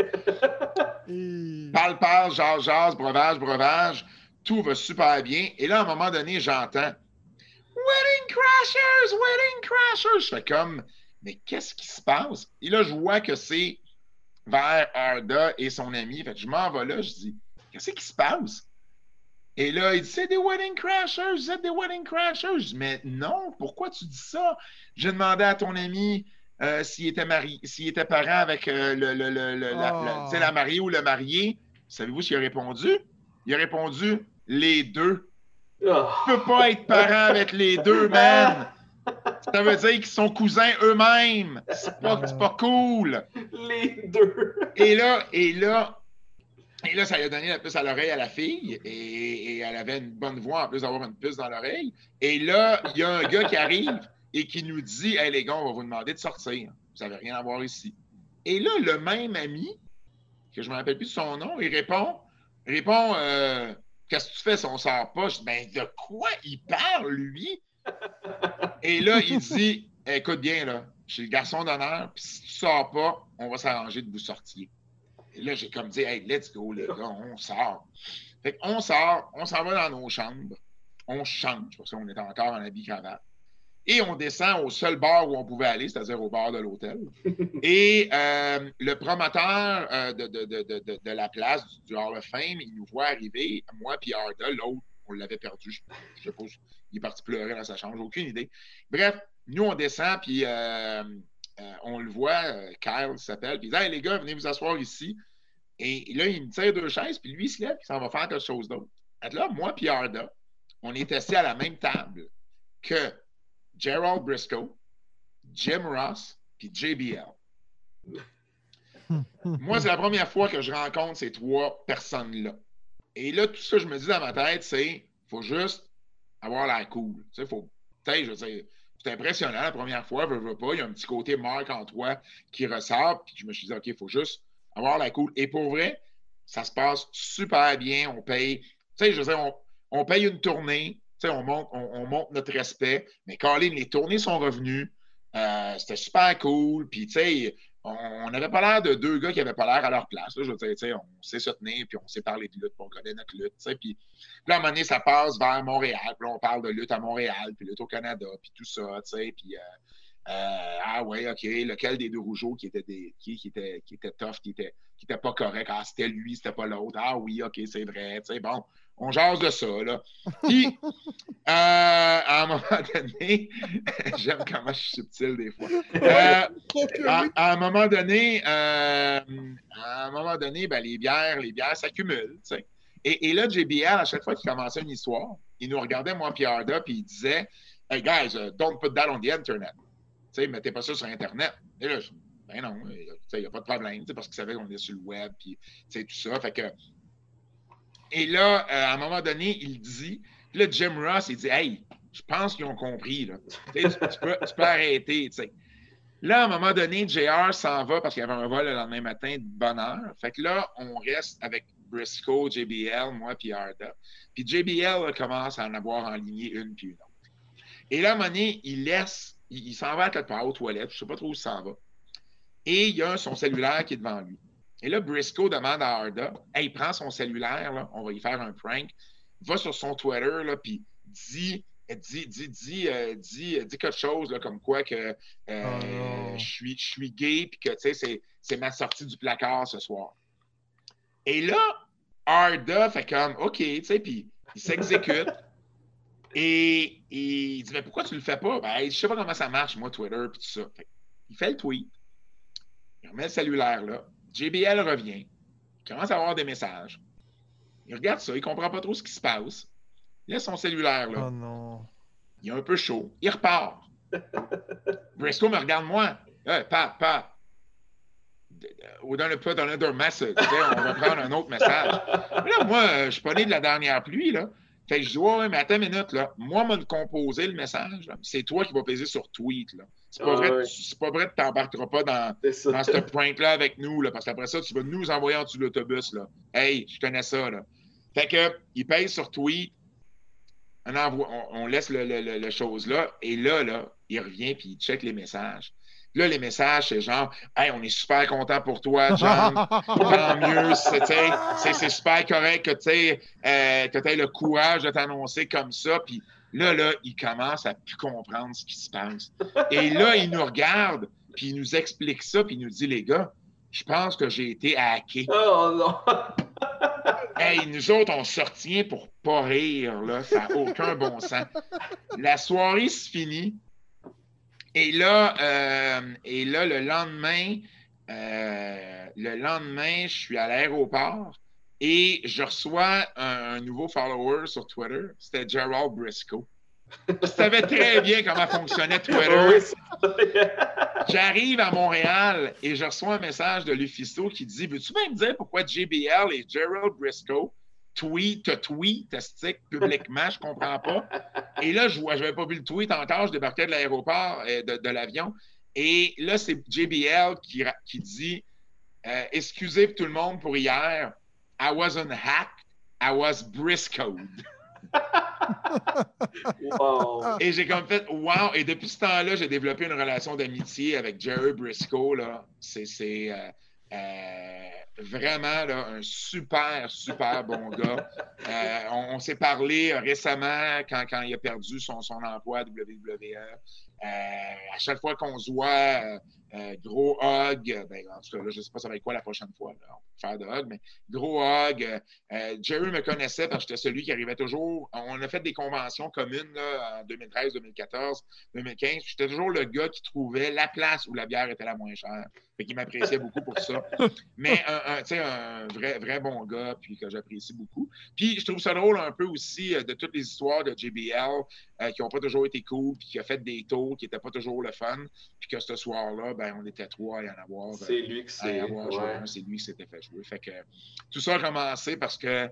Parle, parle, jase, jase, breuvage, breuvage. Tout va super bien. Et là, à un moment donné, j'entends Wedding Crashers, Wedding Crashers. Je fais comme, mais qu'est-ce qui se passe? Et là, je vois que c'est vers Arda et son ami. Fait que je m'en vais là, je dis, qu'est-ce qui se passe? Et là, il dit, c'est des Wedding Crashers, vous êtes des Wedding Crashers. Je dis, mais non, pourquoi tu dis ça? J'ai demandé à ton ami. Euh, s'il était marié, s'il était parent avec euh, le, le, le, le, oh. la, la, la mariée ou le marié, savez-vous ce qu'il a répondu? Il a répondu les deux. Oh. Tu peux pas être parent avec les deux, man! Ça veut dire qu'ils sont cousins eux-mêmes. C'est pas, c'est pas cool. Les deux. Et là, et là, et là, ça lui a donné la puce à l'oreille à la fille. Et, et elle avait une bonne voix en plus d'avoir une puce dans l'oreille. Et là, il y a un gars qui arrive et qui nous dit « Hey les gars, on va vous demander de sortir. Vous n'avez rien à voir ici. » Et là, le même ami, que je ne me rappelle plus de son nom, il répond, il répond euh, « Qu'est-ce que tu fais si on ne sort pas? » Je dis « Ben, de quoi il parle, lui? » Et là, il dit « Écoute bien, là, je suis le garçon d'honneur, puis si tu ne sors pas, on va s'arranger de vous sortir. » Et là, j'ai comme dit « Hey, let's go, les gars, on sort. » Fait qu'on sort, on s'en va dans nos chambres, on change, parce qu'on est encore en habit cravate. Et on descend au seul bar où on pouvait aller, c'est-à-dire au bar de l'hôtel. Et euh, le promoteur euh, de, de, de, de, de la place du, du Hall of Fame, il nous voit arriver, moi puis Arda, l'autre, on l'avait perdu, je ne sais pas, il est parti pleurer dans sa chambre, j'ai aucune idée. Bref, nous, on descend, puis euh, euh, on le voit, euh, Kyle s'appelle, puis il dit « Hey les gars, venez vous asseoir ici. » Et, et là, il me tire deux chaises, puis lui, il se lève, puis il s'en va faire quelque chose d'autre. Et là, moi puis Arda, on est assis à la même table que Gerald Briscoe, Jim Ross, puis J B L. Moi, c'est la première fois que je rencontre ces trois personnes-là. Et là, tout ce que je me dis dans ma tête, c'est qu'il faut juste avoir l'air cool. Tu sais, faut, tu sais, je veux dire, c'est impressionnant la première fois, veux, veux pas, il y a un petit côté Marc en toi qui ressort, puis je me suis dit, OK, il faut juste avoir l'air cool. Et pour vrai, ça se passe super bien, on paye, tu sais, je veux dire, on, on paye une tournée. On monte, on, on monte notre respect. Mais Colin, les tournées sont revenues. Euh, c'était super cool. Puis, tu sais, on n'avait pas l'air de deux gars qui n'avaient pas l'air à leur place. Là, je veux dire, tu sais, on sait se tenir, puis on sait parler de lutte, puis on connaît notre lutte. Tu sais, puis, puis là, à un moment donné, ça passe vers Montréal. Puis là, on parle de lutte à Montréal, puis lutte au Canada, puis tout ça. Tu sais, puis, euh, euh, ah ouais, OK, lequel des deux rougeaux qui était, des, qui, qui était, qui était tough, qui était, qui était pas correct. Ah, c'était lui, c'était pas l'autre. Ah oui, OK, c'est vrai. Tu sais, bon. On jase de ça, là. Puis, euh, à un moment donné, j'aime comment je suis subtil des fois. Euh, à, à un moment donné, euh, à un moment donné, ben, les bières, les bières s'accumulent, tu sais. Et, et là, J B L, à chaque fois qu'il commençait une histoire, il nous regardait, moi et Arda, puis il disait « Hey guys, uh, don't put that on the internet. » Tu sais, mettez pas ça sur Internet. Et là, je, ben non, il n'y a pas de problème, parce qu'il savait qu'on était sur le web, puis tout ça. Fait que Et là, euh, à un moment donné, il dit, puis là, Jim Ross, il dit, hey, Je pense qu'ils ont compris. Là. Tu, tu, peux, tu peux arrêter. T'sais. Là, à un moment donné, J R s'en va parce qu'il y avait un vol le lendemain matin de bonne heure. Fait que là, on reste avec Briscoe, J B L, moi, puis Arda. Puis J B L là, commence à en avoir en ligne une puis une autre. Et là, à un moment donné, il laisse, il, il s'en va quelque part aux toilettes, je ne sais pas trop où il s'en va. Et il y a son cellulaire qui est devant lui. Et là, Briscoe demande à Arda, hey, il prend son cellulaire, là, on va y faire un prank, va sur son Twitter, là, puis dit, dit, dit, dit, euh, dit, dit quelque chose, là, comme quoi que euh, oh je suis, je suis gay, puis que, tu sais, c'est, c'est ma sortie du placard ce soir. Et là, Arda fait comme, OK, tu sais, puis il s'exécute. Et, et il dit, mais pourquoi tu le fais pas? Ben, je sais pas comment ça marche, moi, Twitter, puis tout ça. Fait, il fait le tweet. Il remet le cellulaire là. J B L revient. Il commence à avoir des messages. Il regarde ça, il comprend pas trop ce qui se passe. Il laisse son cellulaire là. Oh non. Il est un peu chaud. Il repart. Briscoe me regarde moi. Hey, Pat, Pat. Ou dans le put another message. On va prendre un autre message. Mais là, moi, je suis pas né de la dernière pluie, là. Fait que je dis, ouais, mais attends une minute, là. Moi, moi, de composer le message, là, c'est toi qui vas peser sur tweet, là. C'est pas, ah, vrai, ouais. c'est pas vrai que tu t'embarqueras pas dans, dans ce prank-là avec nous, là, parce qu'après ça, tu vas nous envoyer en dessous de l'autobus, là. Hey, je connais ça, là. Fait que, il pèse sur tweet, on, envoie, on, on laisse le, le, le, le chose là, et là, là, il revient puis il check les messages. Là, les messages, c'est genre, hey, on est super content pour toi, John. Tant mieux, c'est, c'est, c'est super correct que tu euh, aies le courage de t'annoncer comme ça. Puis là, là, il commence à plus comprendre ce qui se passe. Et là, il nous regarde, puis il nous explique ça, puis il nous dit, les gars, je pense que j'ai été hacké. Oh non! Hey, nous autres, on se retient pour pas rire, là. Ça n'a aucun bon sens. La soirée se finit. Et là, euh, et là, le lendemain, euh, le lendemain, je suis à l'aéroport et je reçois un, un nouveau follower sur Twitter. C'était Gerald Briscoe. Je savais très bien comment fonctionnait Twitter. J'arrive à Montréal et je reçois un message de Lufisto qui dit « Veux-tu même dire pourquoi J B L et Gerald Briscoe tweet, te tweet, stick publiquement, je comprends pas. » Et là, je vois, je n'avais pas vu le tweet encore, je débarquais de l'aéroport, euh, de, de l'avion. Et là, c'est J B L qui, qui dit euh, « Excusez tout le monde pour hier, I wasn't hacked, I was Briscoed. » Wow. Et j'ai comme fait « Wow! » Et depuis ce temps-là, j'ai développé une relation d'amitié avec Jerry Briscoe. Là. C'est... c'est euh, euh, vraiment là, un super, super bon gars. Euh, on, on s'est parlé récemment quand, quand il a perdu son, son emploi à W W E. Euh, à chaque fois qu'on se voit, euh, euh, gros hug, ben, en tout cas, là, je ne sais pas ça va être quoi la prochaine fois, là, on peut faire de hug, mais gros hug. Euh, Jerry me connaissait parce que j'étais celui qui arrivait toujours. On a fait des conventions communes là, en deux mille treize, deux mille quatorze, deux mille quinze. J'étais toujours le gars qui trouvait la place où la bière était la moins chère. Fait qu'il m'appréciait beaucoup pour ça. Mais un, un, un vrai, vrai bon gars, puis que j'apprécie beaucoup. Puis je trouve ça drôle un peu aussi euh, de toutes les histoires de J B L euh, qui n'ont pas toujours été cool, puis qui a fait des tours qui n'étaient pas toujours le fun, puis que ce soir-là, ben, on était trois à y en avoir. C'est euh, lui qui s'est ouais. C'est lui qui s'était fait jouer. Fait que tout ça a commencé parce que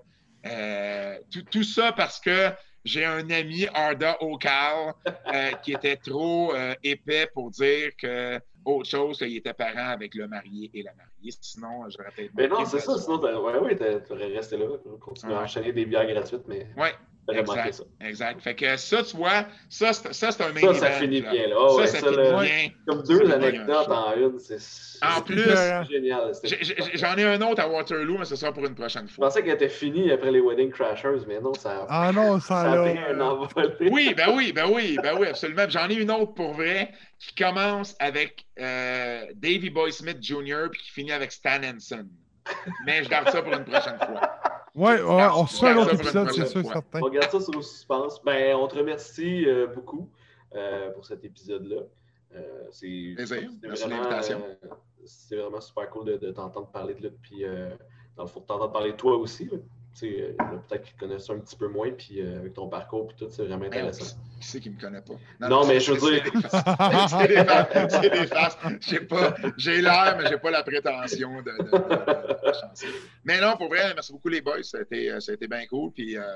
euh, tout, tout ça parce que j'ai un ami, Arda O'Cal, euh, qui était trop euh, épais pour dire que autre chose qu'il était parent avec le marié et la mariée. Sinon, j'aurais peut-être... Mais non, c'est ça. Sinon, ouais, ouais, tu aurais resté là. Continuer ouais. à enchaîner des bières gratuites, mais... Ouais. Exact, ça. exact. Fait que ça, tu vois, ça, c'est, ça, c'est un main Ça, event, ça finit là. bien, là. Oh, ça, ouais, ça, ça finit là, bien. Comme deux c'est anecdotes en une, c'est... En plus, c'est génial. J'ai, j'en ai un autre à Waterloo, mais ce sera pour une prochaine fois. Je pensais qu'elle était finie après les Wedding Crashers, mais non, ça a... Ah non, ça, ça a pris un envol. Oui, ben oui, ben oui, ben oui, absolument. J'en ai une autre pour vrai qui commence avec euh, Davey Boy Smith junior puis qui finit avec Stan Henson. Mais je garde ça pour une prochaine fois. Ouais, ouais, on se fait un autre épisode, c'est sûr, certain. On garde ça sur le suspense. Ben, on te remercie euh, beaucoup euh, pour cet épisode-là. Euh, c'est, Plaisir. c'est Merci vraiment, l'invitation. Euh, c'est vraiment super cool de, de t'entendre parler de lutte, puis euh, dans le fond, de t'entendre parler de toi aussi. Là. Il y en a peut-être qui te connaissent un petit peu moins, puis euh, avec ton parcours, puis tout, c'est vraiment intéressant. Ben, qui c'est qui me connaît pas? Non, non, non mais je veux dire... C'est des faces. C'est des faces. J'ai, pas, j'ai l'air, mais j'ai pas la prétention de, de, de, de, de chancer. Mais non, pour vrai, merci beaucoup les boys. Ça a été, ça a été bien cool. Puis, euh,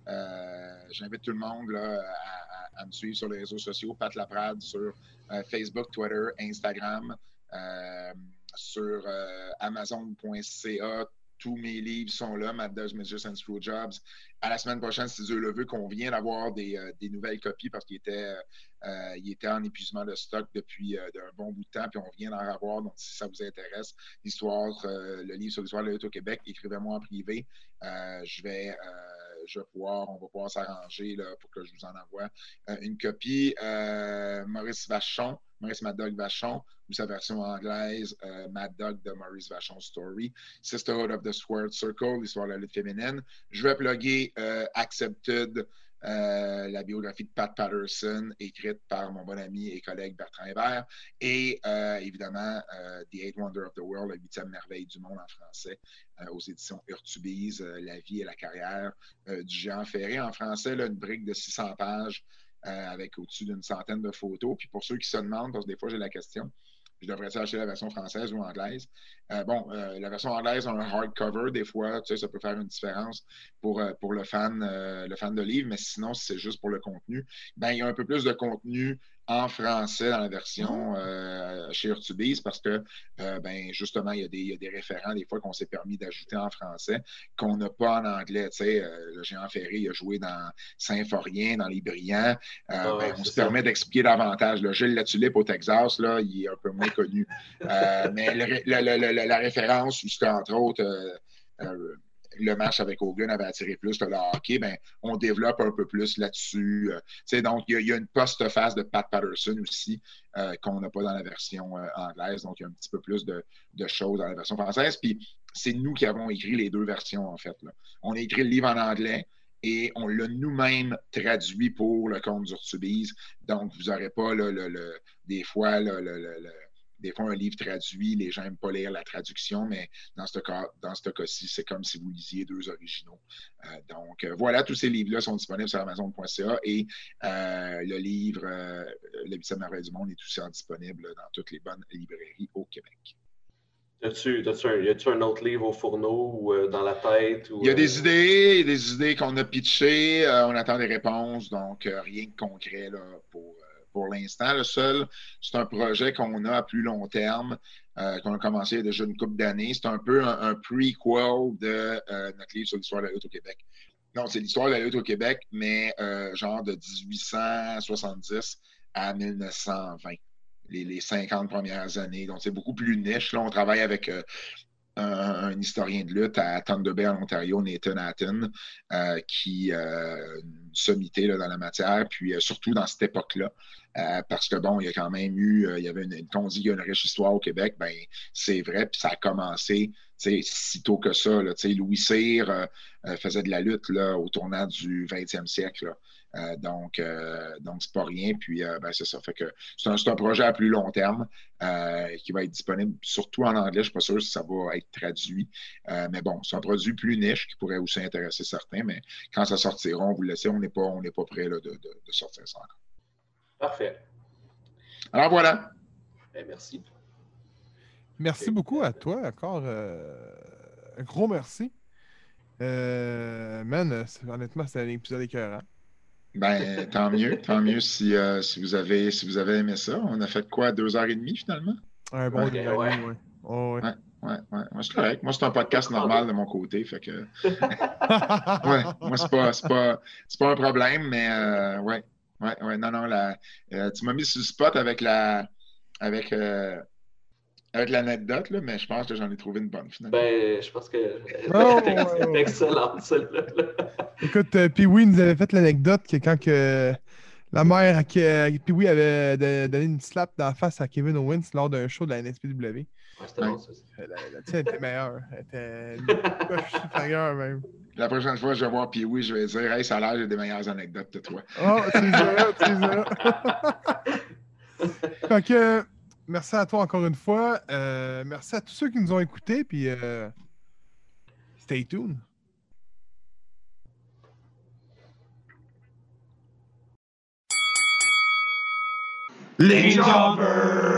Euh, j'invite tout le monde là, à, à, à me suivre sur les réseaux sociaux, Pat Laprade sur euh, Facebook, Twitter, Instagram, euh, sur euh, amazon point c a. Tous mes livres sont là, Mad Dogs, Midgets and Screwjobs. À la semaine prochaine, si Dieu le veut, qu'on vient d'avoir des, euh, des nouvelles copies parce qu'il était, euh, il était en épuisement de stock depuis euh, un bon bout de temps, puis on vient d'en avoir. Donc, si ça vous intéresse, l'histoire, euh, le livre sur l'histoire de la lutte au Québec, écrivez-moi en privé. Euh, je vais... Euh, je vais pouvoir, on va pouvoir s'arranger là, pour que je vous en envoie euh, une copie. Euh, Maurice Vachon, Maurice Mad Dog Vachon, ou sa version anglaise, euh, Mad Dog de Maurice Vachon Story, Sisterhood of the Squared Circle, l'histoire de la lutte féminine. Je vais plugger euh, Accepted, euh, la biographie de Pat Patterson, écrite par mon bon ami et collègue Bertrand Hébert, et euh, évidemment euh, The Eighth Wonder of the World, la huitième merveille du monde en français, euh, aux éditions Urtubise, euh, La vie et la carrière euh, du géant ferré. En français, là, une brique de six cents pages euh, avec au-dessus d'une centaine de photos. Puis pour ceux qui se demandent, parce que des fois j'ai la question, je devrais acheter la version française ou anglaise. Euh, bon, euh, la version anglaise a un hardcover. Des fois, tu sais, ça peut faire une différence pour, euh, pour le fan, euh, le fan de livre, mais sinon, si c'est juste pour le contenu, ben, il y a un peu plus de contenu en français dans la version euh, chez Urtubise parce que, euh, ben, justement, il y, a des, il y a des référents, des fois, qu'on s'est permis d'ajouter en français qu'on n'a pas en anglais. Tu sais, euh, le géant ferré, il a joué dans Symphorien, dans Les Brillants. Euh, ah, ben, on se ça. permet d'expliquer davantage. Le Gilles Latulippe au Texas, là, il est un peu moins connu. Euh, mais le, le, le, le, la référence, où c'était entre autres euh, euh, le match avec Hogan avait attiré plus que le hockey, ben, on développe un peu plus là-dessus. Euh, donc, il y, y a une post-face de Pat Patterson aussi euh, qu'on n'a pas dans la version euh, anglaise. Donc, il y a un petit peu plus de, de choses dans la version française. Puis, c'est nous qui avons écrit les deux versions, en fait. Là. On a écrit le livre en anglais et on l'a nous-mêmes traduit pour le compte d'Urtubise. Donc, vous n'aurez pas là, le, le, des fois le, le, le, le Des fois, un livre traduit, les gens n'aiment pas lire la traduction, mais dans ce cas, dans ce cas-ci, c'est comme si vous lisiez deux originaux. Euh, donc, euh, voilà, tous ces livres-là sont disponibles sur amazon point c a et euh, le livre euh, Le huitième merveille du monde est aussi disponible dans toutes les bonnes librairies au Québec. Y a-tu, un, y a-tu un autre livre au fourneau ou euh, dans la tête? Ou, il y a euh... des idées, des idées qu'on a pitchées, euh, on attend des réponses, donc euh, rien de concret là, pour... Pour l'instant, le seul, c'est un projet qu'on a à plus long terme, euh, qu'on a commencé il y a déjà une couple d'années. C'est un peu un, un prequel de euh, notre livre sur l'histoire de la lutte au Québec. Non, c'est l'histoire de la lutte au Québec, mais euh, genre de dix-huit cent soixante-dix à mille neuf cent vingt, les, les cinquante premières années. Donc, c'est beaucoup plus niche. Là, on travaille avec... Euh, Un, un historien de lutte à Thunder Bay, en Ontario, Nathan Hatton, euh, qui euh, une sommité là, dans la matière, puis euh, surtout dans cette époque-là, euh, parce que bon, il y a quand même eu, euh, il y avait une, une, quand on dit qu'il y a une riche histoire au Québec, ben c'est vrai, puis ça a commencé, tu sais, si tôt que ça, là, tu sais, Louis Cyr euh, euh, faisait de la lutte là, au tournant du vingtième siècle, là. Euh, donc, euh, donc c'est pas rien. Puis, euh, ben, c'est ça. Fait que c'est un, c'est un projet à plus long terme euh, qui va être disponible surtout en anglais. Je ne suis pas sûr si ça va être traduit. Euh, mais bon, c'est un produit plus niche qui pourrait aussi intéresser certains. Mais quand ça sortira, on vous le laisse. On n'est pas, on n'est pas prêt là, de, de, de sortir ça encore. Parfait. Alors voilà. Ben, merci. Merci beaucoup à toi. Encore euh, un gros merci. Euh, man, honnêtement, c'était un épisode écœurant. Ben, tant mieux, tant mieux si, euh, si, vous avez, si vous avez aimé ça. On a fait quoi, deux heures et demie finalement? Un bon okay, deux heures ouais. et demie, ouais. Oh, ouais. Ouais, ouais, ouais. Moi, c'est correct. Moi, c'est un podcast normal de mon côté. Fait que. ouais, moi, c'est pas, c'est pas, c'est pas un problème, mais euh, ouais, ouais, ouais. Non, non, la, euh, tu m'as mis sur le spot avec la. Avec. Euh, Avec l'anecdote, là, mais je pense que j'en ai trouvé une bonne, finalement. Ben, je pense que oh, c'est ouais, ouais. excellente, celle-là. Écoute, euh, Pee-Wee nous avait fait l'anecdote que quand que la mère, que Pee-Wee avait de, donné une slap dans la face à Kevin Owens lors d'un show de la N S P W. Ouais, c'était ouais. bon, ça. La, la tienne était meilleure. Elle était une coche supérieure, même. La prochaine fois que je vais voir Pee-Wee, je vais dire « Hey, ça a l'air, j'ai des meilleures anecdotes de toi. » Oh, c'est ça, c'est ça. Fait que... Merci à toi encore une fois. Euh, merci à tous ceux qui nous ont écoutés. Puis, euh, stay tuned. Les Jobbers!